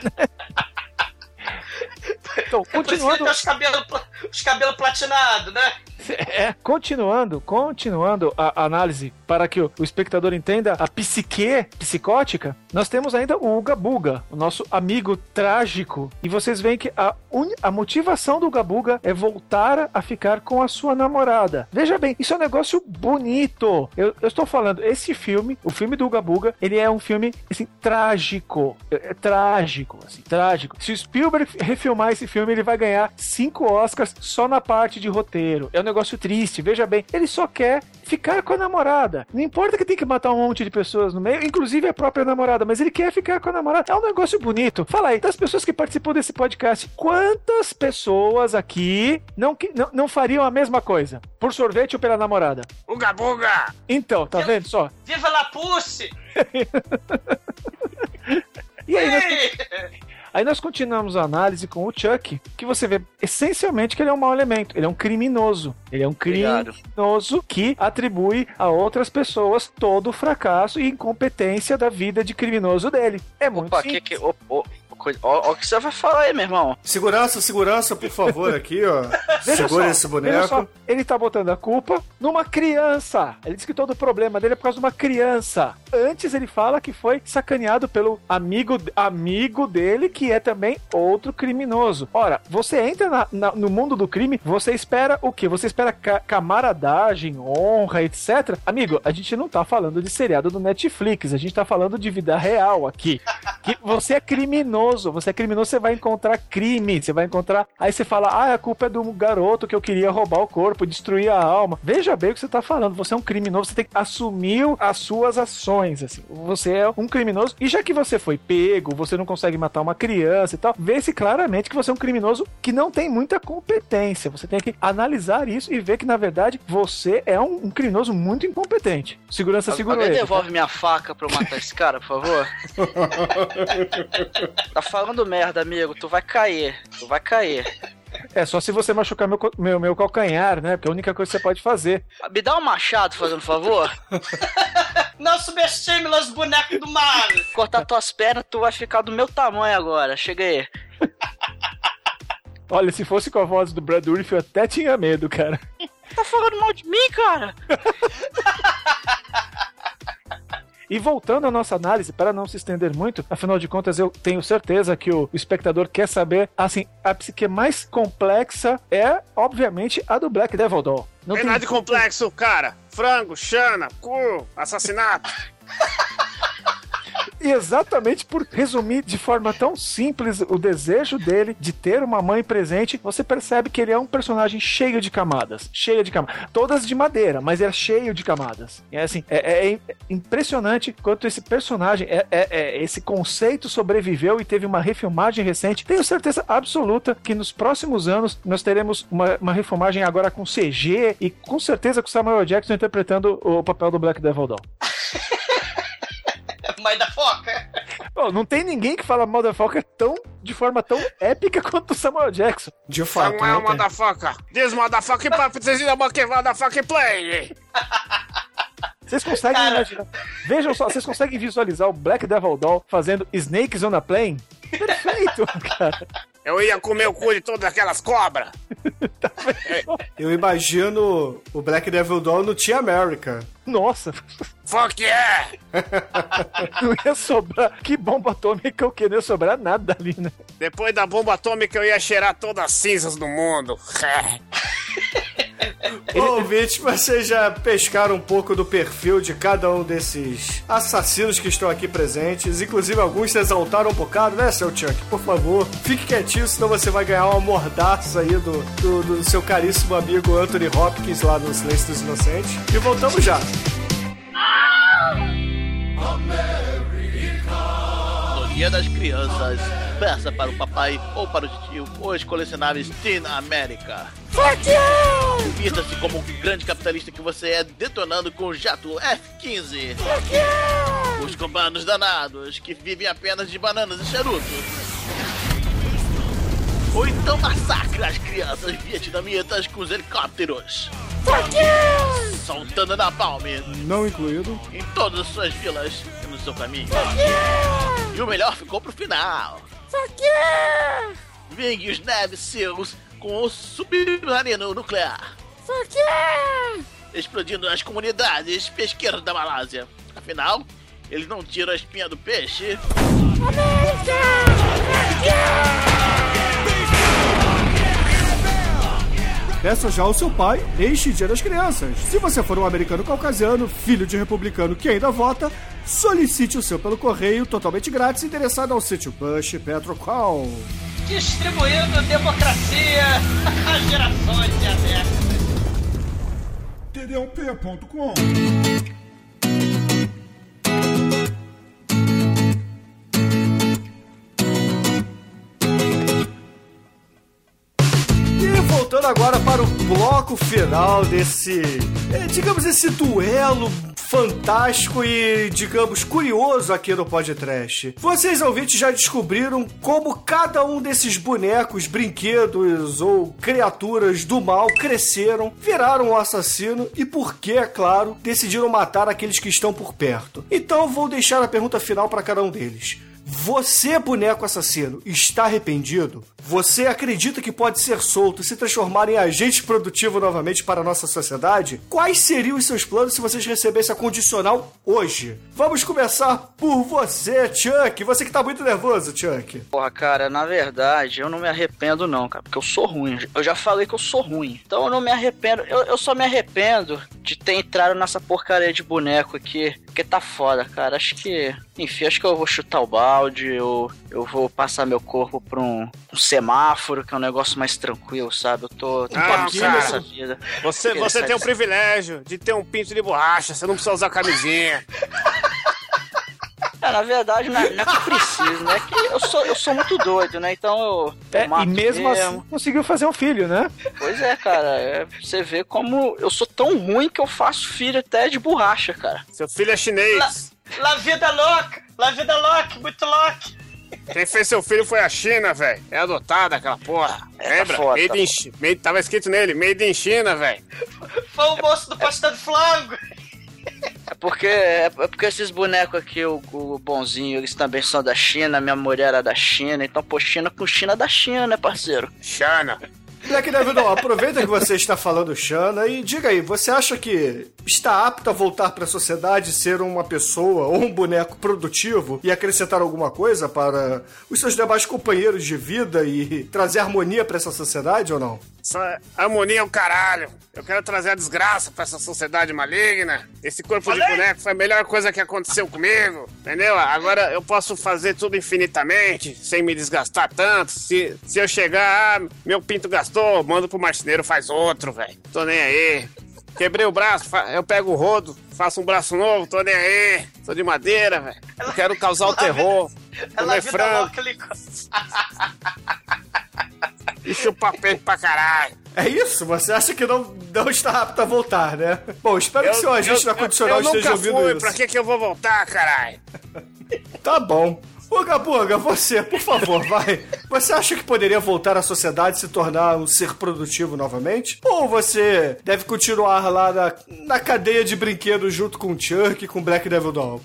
Então, continuando... Os cabelos platinados, né? Continuando a análise para que o espectador entenda a psique psicótica, nós temos ainda o Uga Buga, o nosso amigo trágico. E vocês veem que a motivação do Uga Buga é voltar a ficar com a sua namorada. Veja bem, isso é um negócio bonito. Eu estou falando, esse filme, o filme do Uga Buga, ele é um filme, assim, trágico. É trágico, assim, trágico. Se o Spielberg refilmar esse filme, ele vai ganhar 5 Oscars só na parte de roteiro. É um negócio triste, veja bem. Ele só quer ficar com a namorada. Não importa que tem que matar um monte de pessoas no meio, inclusive a própria namorada, mas ele quer ficar com a namorada. É um negócio bonito. Fala aí, das pessoas que participam desse podcast, quantas pessoas aqui não fariam a mesma coisa? Por sorvete ou pela namorada? Uga Buga! Então, tá vendo só? Viva la Pussy! E aí nós continuamos a análise com o Chuck, que você vê essencialmente que ele é um mau elemento, ele é um criminoso. Ele é um criminoso que atribui a outras pessoas todo o fracasso e incompetência da vida de criminoso dele. É muito simples. Ó, o que você vai falar aí, meu irmão? Segurança, por favor, aqui, ó. Segura esse boneco. Só, ele tá botando a culpa numa criança. Ele diz que todo o problema dele é por causa de uma criança. Antes ele fala que foi sacaneado pelo amigo dele, que é também outro criminoso. Ora, você entra no mundo do crime, você espera o quê? Você espera camaradagem, honra, etc. Amigo, a gente não tá falando de seriado do Netflix, a gente tá falando de vida real aqui. Que você é criminoso, você vai encontrar crime, você vai encontrar... Aí você fala, a culpa é do garoto que eu queria roubar o corpo, destruir a alma. Veja bem o que você tá falando, você é um criminoso, você tem que assumir as suas ações, assim. Você é um criminoso, e já que você foi pego, você não consegue matar uma criança e tal, vê-se claramente que você é um criminoso que não tem muita competência. Você tem que analisar isso e ver que, na verdade, você é um criminoso muito incompetente. Segurança segurou ele. Devolve minha faca pra eu matar esse cara, por favor. Tá falando merda, amigo. Tu vai cair. É só se você machucar meu calcanhar, né? Porque é a única coisa que você pode fazer. Me dá um machado, fazendo favor. Não subestime os bonecos do mal. Cortar tuas pernas, tu vai ficar do meu tamanho agora. Chega aí. Olha, se fosse com a voz do Brad Dourif, eu até tinha medo, cara. Tá falando mal de mim, cara? E voltando à nossa análise, para não se estender muito, afinal de contas eu tenho certeza que o espectador quer saber, assim, a psique mais complexa é, obviamente, a do Black Devil Doll. Não tem nada de complexo, cara. Frango, Xana, cu, assassinato. E exatamente por resumir de forma tão simples o desejo dele de ter uma mãe presente, você percebe que ele é um personagem cheio de camadas. Todas de madeira, mas é cheio de camadas. É assim, é impressionante quanto esse personagem, esse conceito sobreviveu e teve uma refilmagem recente. Tenho certeza absoluta que nos próximos anos nós teremos uma refilmagem agora com CG e com certeza com Samuel Jackson interpretando o papel do Black Devil Doll. Motherfucker! Bom, não tem ninguém que fala Motherfucker de forma tão épica quanto o Samuel Jackson. De fato. Samuel Motherfucker! This motherfucking puppet is in a monkey motherfucking play! Vocês conseguem imaginar? Vejam só, vocês conseguem visualizar o Black Devil Doll fazendo Snakes on a Plane? Perfeito, cara. Eu ia comer o cu de todas aquelas cobras. Eu imagino o Black Devil Doll no Teen America. Nossa. Fuck yeah! Não ia sobrar. Que bomba atômica o que? Não ia sobrar nada ali, né? Depois da bomba atômica eu ia cheirar todas as cinzas do mundo. Ouvintes, vocês já pescaram um pouco do perfil de cada um desses assassinos que estão aqui presentes. Inclusive, alguns se exaltaram um bocado, né, seu Chuck? Por favor, fique quietinho, senão você vai ganhar uma mordaça aí do seu caríssimo amigo Anthony Hopkins lá no Silêncio dos Inocentes. E voltamos já. No Dia das Crianças, peça para o papai ou para o tio os colecionáveis Teen America. Fuck you! Divirta-se como um grande capitalista que você é, detonando com o jato F-15. Fuck you! Os comandos danados que vivem apenas de bananas e charutos. Ou então massacra as crianças vietnamitas com os helicópteros. Fuck you! Soltando napalm. Não incluído. Em todas as suas vilas e no seu caminho. Fuck you! E o melhor ficou pro final. Fuck you! Vingue os Navy Seals com o submarino nuclear. Fuck you! Explodindo as comunidades pesqueiras da Malásia. Afinal, eles não tiram a espinha do peixe. América! Fuck you! Peça já ao seu pai neste Dia das Crianças. Se você for um americano caucasiano, filho de republicano que ainda vota, solicite o seu pelo correio totalmente grátis, endereçado ao sítio Bush Petrocol. Distribuindo democracia a gerações de América. td1p.com. Voltando agora para o bloco final desse, digamos, esse duelo fantástico e, digamos, curioso aqui no Podcast. Vocês, ouvintes, já descobriram como cada um desses bonecos, brinquedos ou criaturas do mal cresceram, viraram um assassino e por que, é claro, decidiram matar aqueles que estão por perto. Então vou deixar a pergunta final para cada um deles. Você, boneco assassino, está arrependido? Você acredita que pode ser solto e se transformar em agente produtivo novamente para a nossa sociedade? Quais seriam os seus planos se vocês recebessem a condicional hoje? Vamos começar por você, Chuck. Você que tá muito nervoso, Chuck. Porra, cara, na verdade, eu não me arrependo não, cara, porque eu sou ruim. Eu já falei que eu sou ruim. Então eu não me arrependo. Eu só me arrependo de ter entrado nessa porcaria de boneco aqui, porque tá foda, cara. Acho que... Enfim, acho que eu vou chutar o balde, eu vou passar meu corpo pra um semáforo, que é um negócio mais tranquilo, sabe? Eu tô cara, nessa vida. Você tem o privilégio de ter um pinto de borracha, você não precisa usar camisinha. Na verdade, não é que eu preciso, né? É que eu sou muito doido, né? Então eu mato e mesmo assim conseguiu fazer um filho, né? Pois é, cara. Você vê como eu sou tão ruim que eu faço filho até de borracha, cara. Seu filho é chinês. La vida louca, muito louca. Quem fez seu filho foi a China, velho. É adotada aquela porra. Lembra? Tá foda, tava escrito nele, made in China, velho. Foi o moço do pastel de flango. É porque esses bonecos aqui, o bonzinho, eles também são da China, minha mulher era da China, então, pô, China com China da China, né, parceiro? China. Black Devil Doll, aproveita que você está falando Xana e diga aí, você acha que está apto a voltar para a sociedade, ser uma pessoa ou um boneco produtivo e acrescentar alguma coisa para os seus demais companheiros de vida e trazer harmonia para essa sociedade ou não? Harmonia é o caralho. Eu quero trazer a desgraça pra essa sociedade maligna. Esse corpo de boneco foi a melhor coisa que aconteceu comigo, entendeu? Agora eu posso fazer tudo infinitamente, sem me desgastar tanto. Se eu chegar, meu pinto gastou, mando pro marceneiro, faz outro, velho. Tô nem aí. Quebrei o braço, eu pego o rodo, faço um braço novo, tô nem aí. Sou de madeira, velho. Eu quero causar o terror. Comer frango. E chupar peito pra caralho. É isso? Você acha que não está apto a voltar, né? Bom, espero que seu agente da condicional esteja ouvindo isso. Pra que eu vou voltar, caralho? Tá bom. Uga Buga, você, por favor, vai. Você acha que poderia voltar à sociedade e se tornar um ser produtivo novamente? Ou você deve continuar lá na cadeia de brinquedos junto com o Chuck e com o Black Devil Doll?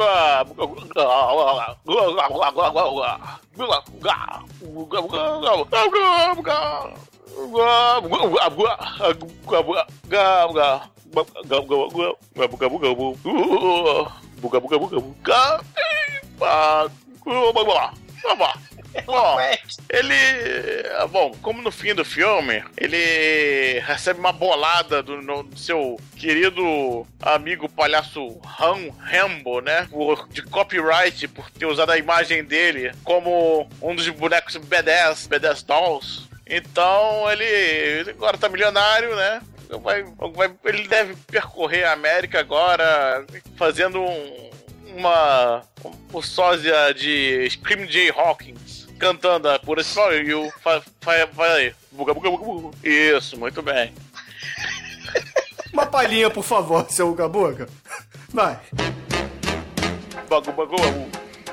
Bom, como no fim do filme, ele recebe uma bolada do seu querido amigo palhaço Rambo, né? De copyright, por ter usado a imagem dele como um dos bonecos B10 Dolls. Então ele agora tá milionário, né? Ele deve percorrer a América agora fazendo uma sósia de Scream J. Hawkins cantando por esse barulho. Vai aí. Buga, buga, buga, buga. Isso, muito bem. Uma palhinha, por favor, seu Uga Buga. Vai. Bagu, bagu, bagu.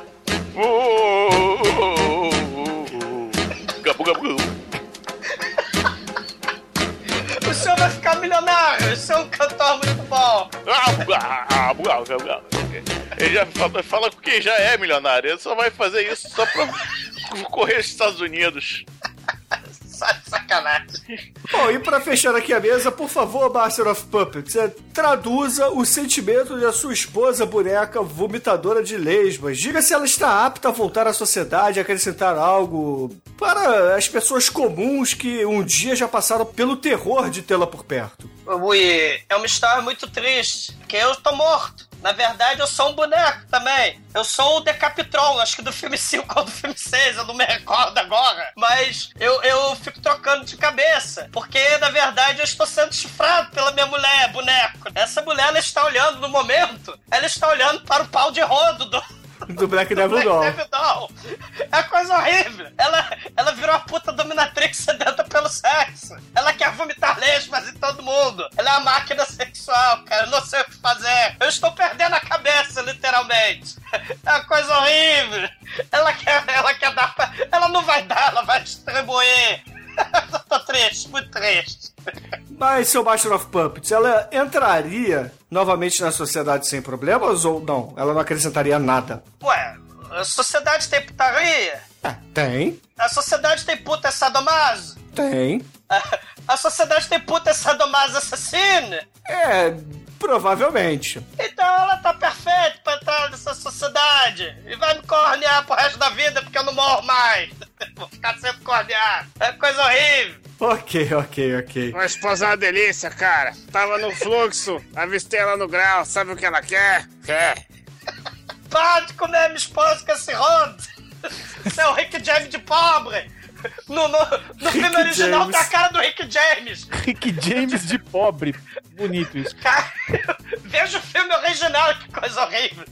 Gabu, gabu. O senhor vai ficar milionário. O senhor é um cantor muito bom. Ele já fala com quem já é milionário. Ele só vai fazer isso só pra correr aos Estados Unidos. Sacanagem. Bom, e pra fechar aqui a mesa, por favor, Master of Puppets, traduza o sentimento da sua esposa boneca vomitadora de lesmas. Diga se ela está apta a voltar à sociedade, acrescentar algo para as pessoas comuns que um dia já passaram pelo terror de tê-la por perto. É uma história muito triste, porque eu tô morto. Na verdade, eu sou um boneco também. Eu sou o Decapitron, acho que do filme 5 ou do filme 6, eu não me recordo agora. Mas eu fico trocando de cabeça, porque, na verdade, eu estou sendo chifrado pela minha mulher, boneco. Essa mulher, ela está olhando no momento, ela está olhando para o pau de rodo do Black Devil Doll. É coisa horrível. Ela virou a puta dominatrix sedenta pelo sexo. Ela quer vomitar lesmas em todo mundo. Ela é a máquina sexual, cara. Eu não sei o que fazer. Eu estou perdendo a cabeça, literalmente. É uma coisa horrível. Ela quer dar pra... Ela não vai dar, ela vai distribuir. Eu tô triste, muito triste. Mas, seu Master of Puppets, ela entraria novamente na sociedade sem problemas ou não? Ela não acrescentaria nada? Ué, a sociedade tem putaria? Tem. A sociedade tem puta sadomaso? Tem. A sociedade tem puta sadomaso assassina? Provavelmente. Então ela tá perfeita pra entrar nessa sociedade. E vai me cornear pro resto da vida porque eu não morro mais. Vou ficar sempre corneado. É coisa horrível. Ok. Uma esposa é uma delícia, cara. Tava no fluxo, avistei ela no grau. Sabe o que ela quer? Quer. Para de comer minha esposa com esse rodo. Você é o Rick James de pobre. No filme original James. tá a cara do Rick James. Rick James de pobre. Bonito isso. Cara, veja o filme original, que coisa horrível.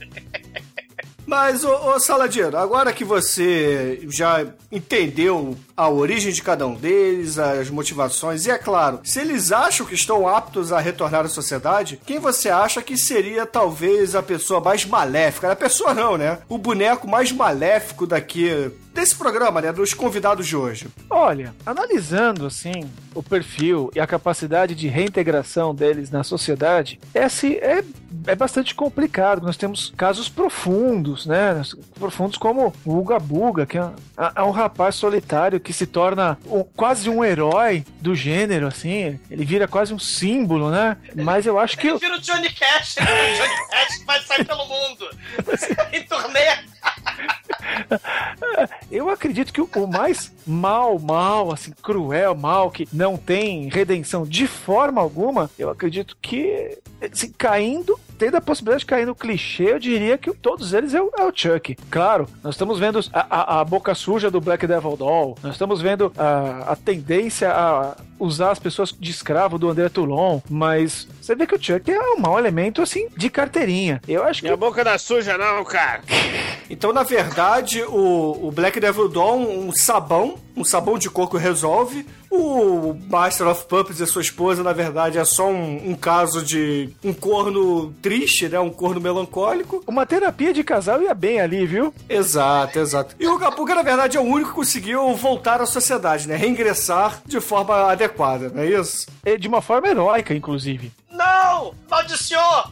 Mas, ô Saladino, agora que você já entendeu a origem de cada um deles, as motivações, e é claro, se eles acham que estão aptos a retornar à sociedade, quem você acha que seria talvez a pessoa mais maléfica? A pessoa não, né? O boneco mais maléfico desse programa, né? Dos convidados de hoje. Olha, analisando, assim, o perfil e a capacidade de reintegração deles na sociedade, esse é bastante complicado. Nós temos casos profundos profundos, né? Profundos como o Uga Buga, que é um rapaz solitário que se torna quase um herói do gênero, assim. Ele vira quase um símbolo, né? Mas eu acho que... Ele vira o Johnny Cash, né? O Johnny Cash vai sair pelo mundo. Em turnê. Eu acredito que o mais mal, assim, cruel, mal, que não tem redenção de forma alguma, eu acredito que, assim, tendo a possibilidade de cair no clichê, eu diria que todos eles é o Chuck. Claro, nós estamos vendo a boca suja do Black Devil Doll, nós estamos vendo a tendência a usar as pessoas de escravo do André Toulon, mas você vê que o Chuck é um mau elemento, assim, de carteirinha. Eu acho que... Minha boca não é suja não, cara. Então, na verdade, o Black Devil Doll, um sabão de coco resolve. O Master of Puppets e a sua esposa, na verdade, é só um caso de um corno triste, né? Um corno melancólico. Uma terapia de casal ia bem ali, viu? Exato. E o Uga Buga, na verdade, é o único que conseguiu voltar à sociedade, né? Reingressar de forma adequada, não é isso? De uma forma heróica, inclusive. Não! Maldição!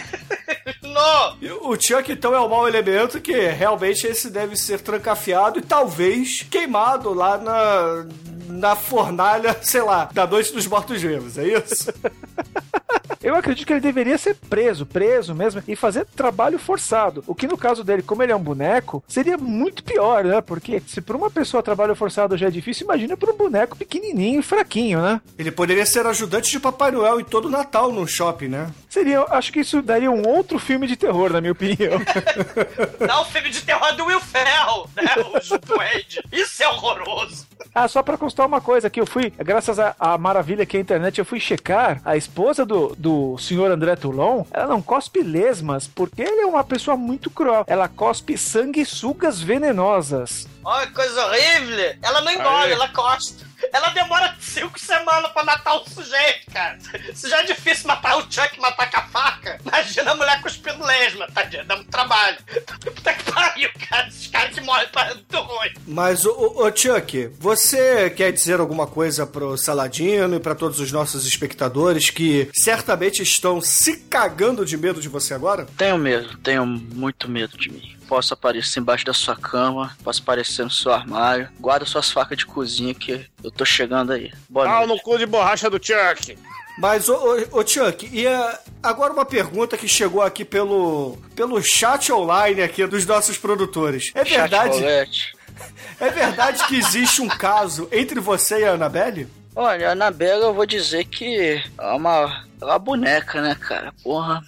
Não! O Chuck, então, é o mau elemento que realmente esse deve ser trancafiado e talvez queimado lá na fornalha, sei lá, da Noite dos Mortos-Vivos, é isso? Eu acredito que ele deveria ser preso mesmo, e fazer trabalho forçado. O que no caso dele, como ele é um boneco, seria muito pior, né? Porque se por uma pessoa trabalho forçado já é difícil, imagina por um boneco pequenininho e fraquinho, né? Ele poderia ser ajudante de Papai Noel em todo Natal no shopping, né? Acho que isso daria um outro filme de terror, na minha opinião. Não, o filme de terror do Will Ferrell, né? O Duende. Isso é horroroso. Só pra constar uma coisa, que eu fui, graças à maravilha que é a internet, eu fui checar, a esposa do senhor André Toulon, ela não cospe lesmas, porque ele é uma pessoa muito cruel. Ela cospe sanguessugas venenosas. Olha, que coisa horrível. Ela não engole, ela costa. Ela demora 5 semanas pra matar o sujeito, cara. Se já é difícil matar o Chuck, matar com a faca, imagina a mulher cuspindo lesma, tadinha, dá muito trabalho. Puta que pariu, cara. Esses caras que morrem para muito ruim. Mas, ô Chuck, você quer dizer alguma coisa pro Saladino e pra todos os nossos espectadores que certamente estão se cagando de medo de você agora? Tenho medo, tenho muito medo de mim. Posso aparecer embaixo da sua cama, posso aparecer no seu armário. Guarda suas facas de cozinha que eu tô chegando aí. Boa noite. No cu de borracha do Chuck. Mas, ô Chuck, e agora uma pergunta que chegou aqui pelo chat online aqui dos nossos produtores. É verdade? É verdade que existe um caso entre você e a Annabelle? Olha, a Annabelle eu vou dizer que é uma boneca, né, cara? Porra.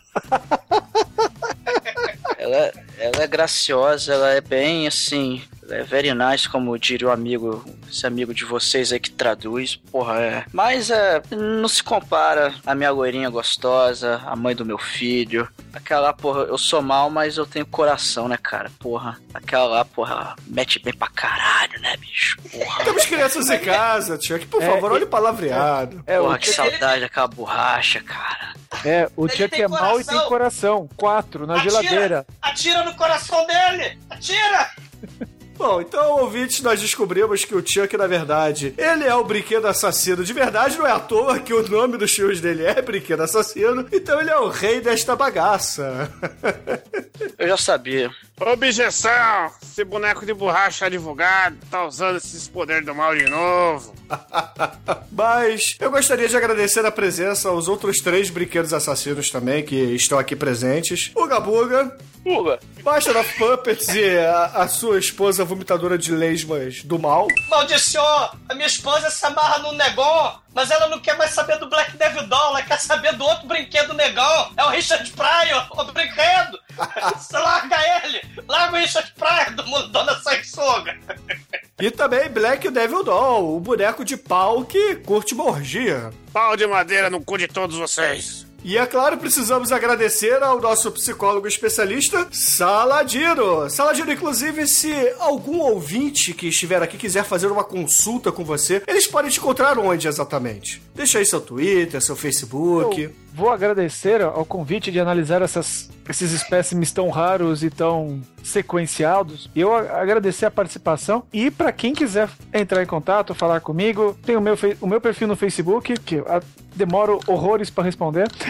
Ela é graciosa, ela é bem assim, ela é very nice, como diria o amigo, esse amigo de vocês aí que traduz, porra, é. Mas não se compara a minha loirinha gostosa, a mãe do meu filho. Aquela lá, porra, eu sou mal, mas eu tenho coração, né, cara? Porra, aquela lá, porra, ela mete bem pra caralho, né, bicho? Porra. Temos crianças em casa, Chuck, por favor, olhe o palavreado. Porra, que saudade daquela borracha, cara. O Chuck é mau e tem coração. 4 na geladeira. Atira no coração dele! Atira! Bom, então, ouvintes, nós descobrimos que o Chuck, na verdade, ele é o brinquedo assassino de verdade, não é à toa que o nome dos filmes dele é Brinquedo Assassino, então ele é o rei desta bagaça. Eu já sabia. Objeção! Esse boneco de borracha advogado tá usando esses poderes do mal de novo. Mas eu gostaria de agradecer a presença aos outros 3 brinquedos assassinos também, que estão aqui presentes. Uga Buga, Master of Puppets e a sua esposa vomitadora de lesmas do mal. Maldição! A minha esposa se amarra no negão, mas ela não quer mais saber do Black Devil Doll, ela quer saber do outro brinquedo negão. É o Richard Pryor, o brinquedo. Você larga ele! Larga o Richard Pryor do mundo, dona sanguessuga. E também Black Devil Doll, o boneco de pau que curte uma orgia. Pau de madeira no cu de todos vocês. E é claro, precisamos agradecer ao nosso psicólogo especialista, Saladino. Saladino, inclusive, se algum ouvinte que estiver aqui quiser fazer uma consulta com você, eles podem te encontrar onde exatamente? Deixa aí seu Twitter, seu Facebook. Eu vou agradecer ao convite de analisar esses espécimes tão raros e tão sequenciados. Eu agradecer a participação. E para quem quiser entrar em contato, falar comigo, tem o meu perfil no Facebook, que demoro horrores para responder.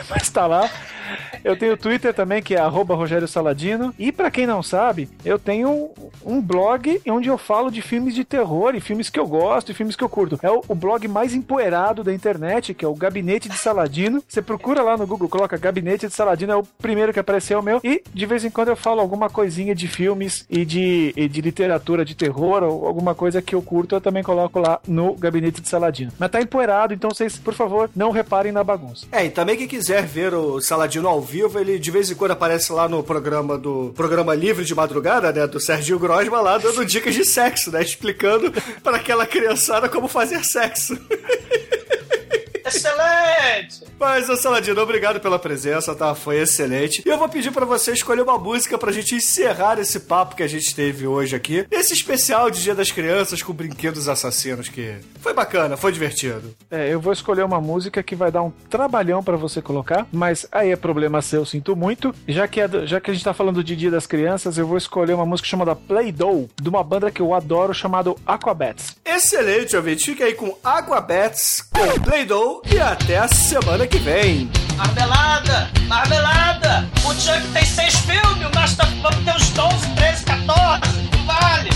mas tá lá. Eu tenho o Twitter também, que é @RogérioSaladino. E pra quem não sabe, eu tenho um blog onde eu falo de filmes de terror e filmes que eu gosto e filmes que eu curto. É o blog mais empoeirado da internet, que é o Gabinete de Saladino. Você procura lá no Google, coloca Gabinete de Saladino, é o primeiro que apareceu o meu. E de vez em quando eu falo alguma coisinha de filmes e de literatura de terror ou alguma coisa que eu curto, eu também coloco lá no Gabinete de Saladino. Mas tá empoeirado, então vocês, por favor, não reparem na bagunça. E também quem quiser ver o Saladino ao vivo, ele de vez em quando aparece lá no programa Livre de Madrugada, né, do Serginho Grosman, lá dando dicas de sexo, né, explicando para aquela criançada como fazer sexo. Excelente! Mas, ô Saladino, obrigado pela presença, tá? Foi excelente. E eu vou pedir pra você escolher uma música pra gente encerrar esse papo que a gente teve hoje aqui. Esse especial de Dia das Crianças com brinquedos assassinos, que foi bacana, foi divertido. Eu vou escolher uma música que vai dar um trabalhão pra você colocar, mas aí é problema seu, sinto muito. Já que a gente tá falando de Dia das Crianças, eu vou escolher uma música chamada Play-Doh, de uma banda que eu adoro, chamada Aquabats. Excelente, ouvinte. Fica aí com Aquabats, com Play-Doh, e até a semana que vem. Marmelada! Marmelada! O Chuck tem 6 filmes, o Master Pump tem uns 12, 13, 14. Não vale!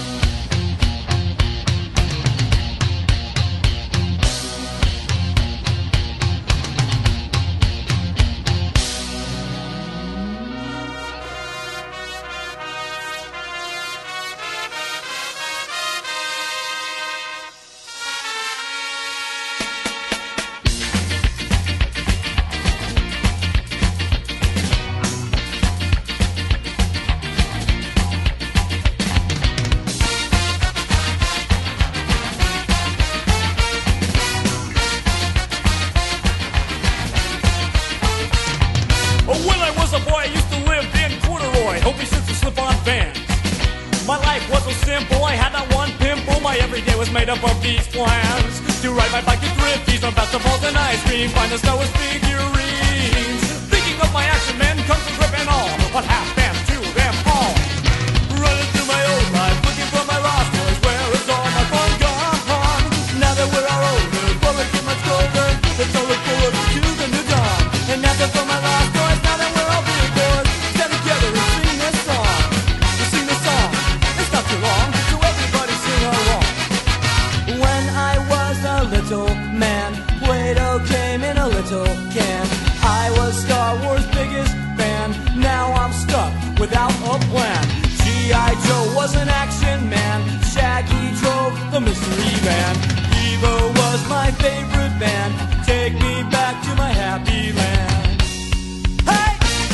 Made up of these plans to ride my bike to thrifties on festivals and ice cream, find the Star Wars figurines. Thinking of my action men, comes to grip and all. What happened to them all? Running through my old life, looking for my lost toys. Where is all my fun gone? Now that we're all older, well, we get much colder. Let's all look forward to the new dawn. And now that for my lost toys, now that we're all big boys, stand together and sing this song. We sing this song. It's not too long, so everybody sing along. When I was a little man, Play-Doh came in a little can. I was Star Wars' biggest fan. Now I'm stuck without a plan. G.I. Joe was an action man. Shaggy drove the mystery van. Evo was my favorite band. Take me back to my happy land. Hey!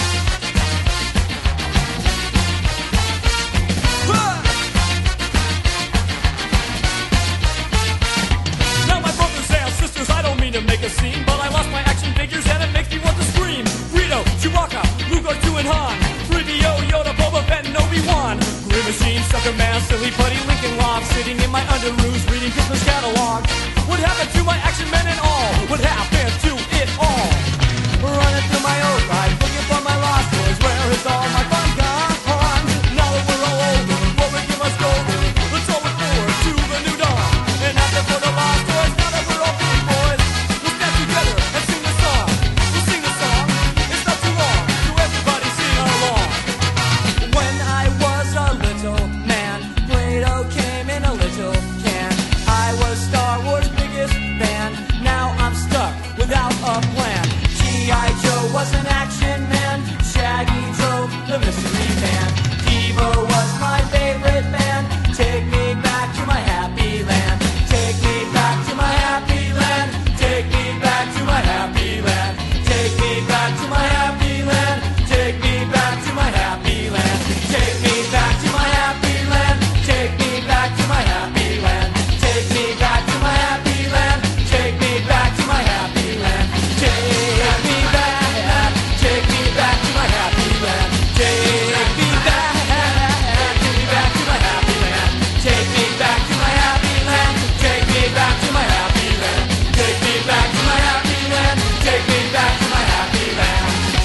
I don't mean to make a scene, but I lost my action figures and it makes me want to scream. Greedo, Chewbacca, Luke, R2 and Han, 3PO, Yoda, Boba Fett, and Obi-Wan. Grim Machine, Sucker Man, Silly Putty, Lincoln Loft, sitting in my underoos, reading Christmas catalogs. What happened to my action men and all? What happened to it all? Running through my old life, looking for my lost toys. Where is all my fun gone? Now that we're all older, what we give us over? Let's all look forward to the new dawn. And after for the lost toys, now that we're all big boys, we'll stand together and sing the song. We'll sing the song. It's not too long, so everybody sing along. When I was a little man, Play-Doh came in a little can. I was Star Wars' biggest fan. Now I'm stuck without a plan. G.I. Joe was an action man. Shaggy drove the mystery van. Evo was my favorite band. Take me back to my happy land. Take me back to my happy land. Take me back to my happy land. Take me back to my happy land. Take me back to my happy land. Take me back to my happy land. Take me back to my happy land. Take me back to my happy land. Take me back to my happy land. Take me back. Take me back to my happy land. Take me back. Take me back to my happy land. Take me back to my happy land. Take me back to my happy land. Take me back to my happy land. Take me back to my happy land.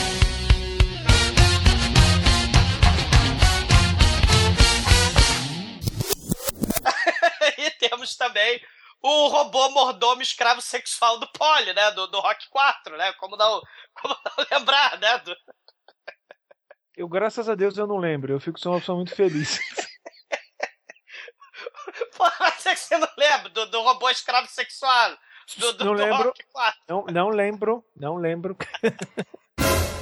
E temos também o robô mordomo escravo sexual do Poli, né? Do Rock 4, né? Como não lembrar, né? Eu, graças a Deus, eu não lembro. Eu fico só uma pessoa muito feliz. Pô, você não lembra do robô escravo sexual? Não do lembro. Rock 4? Não lembro.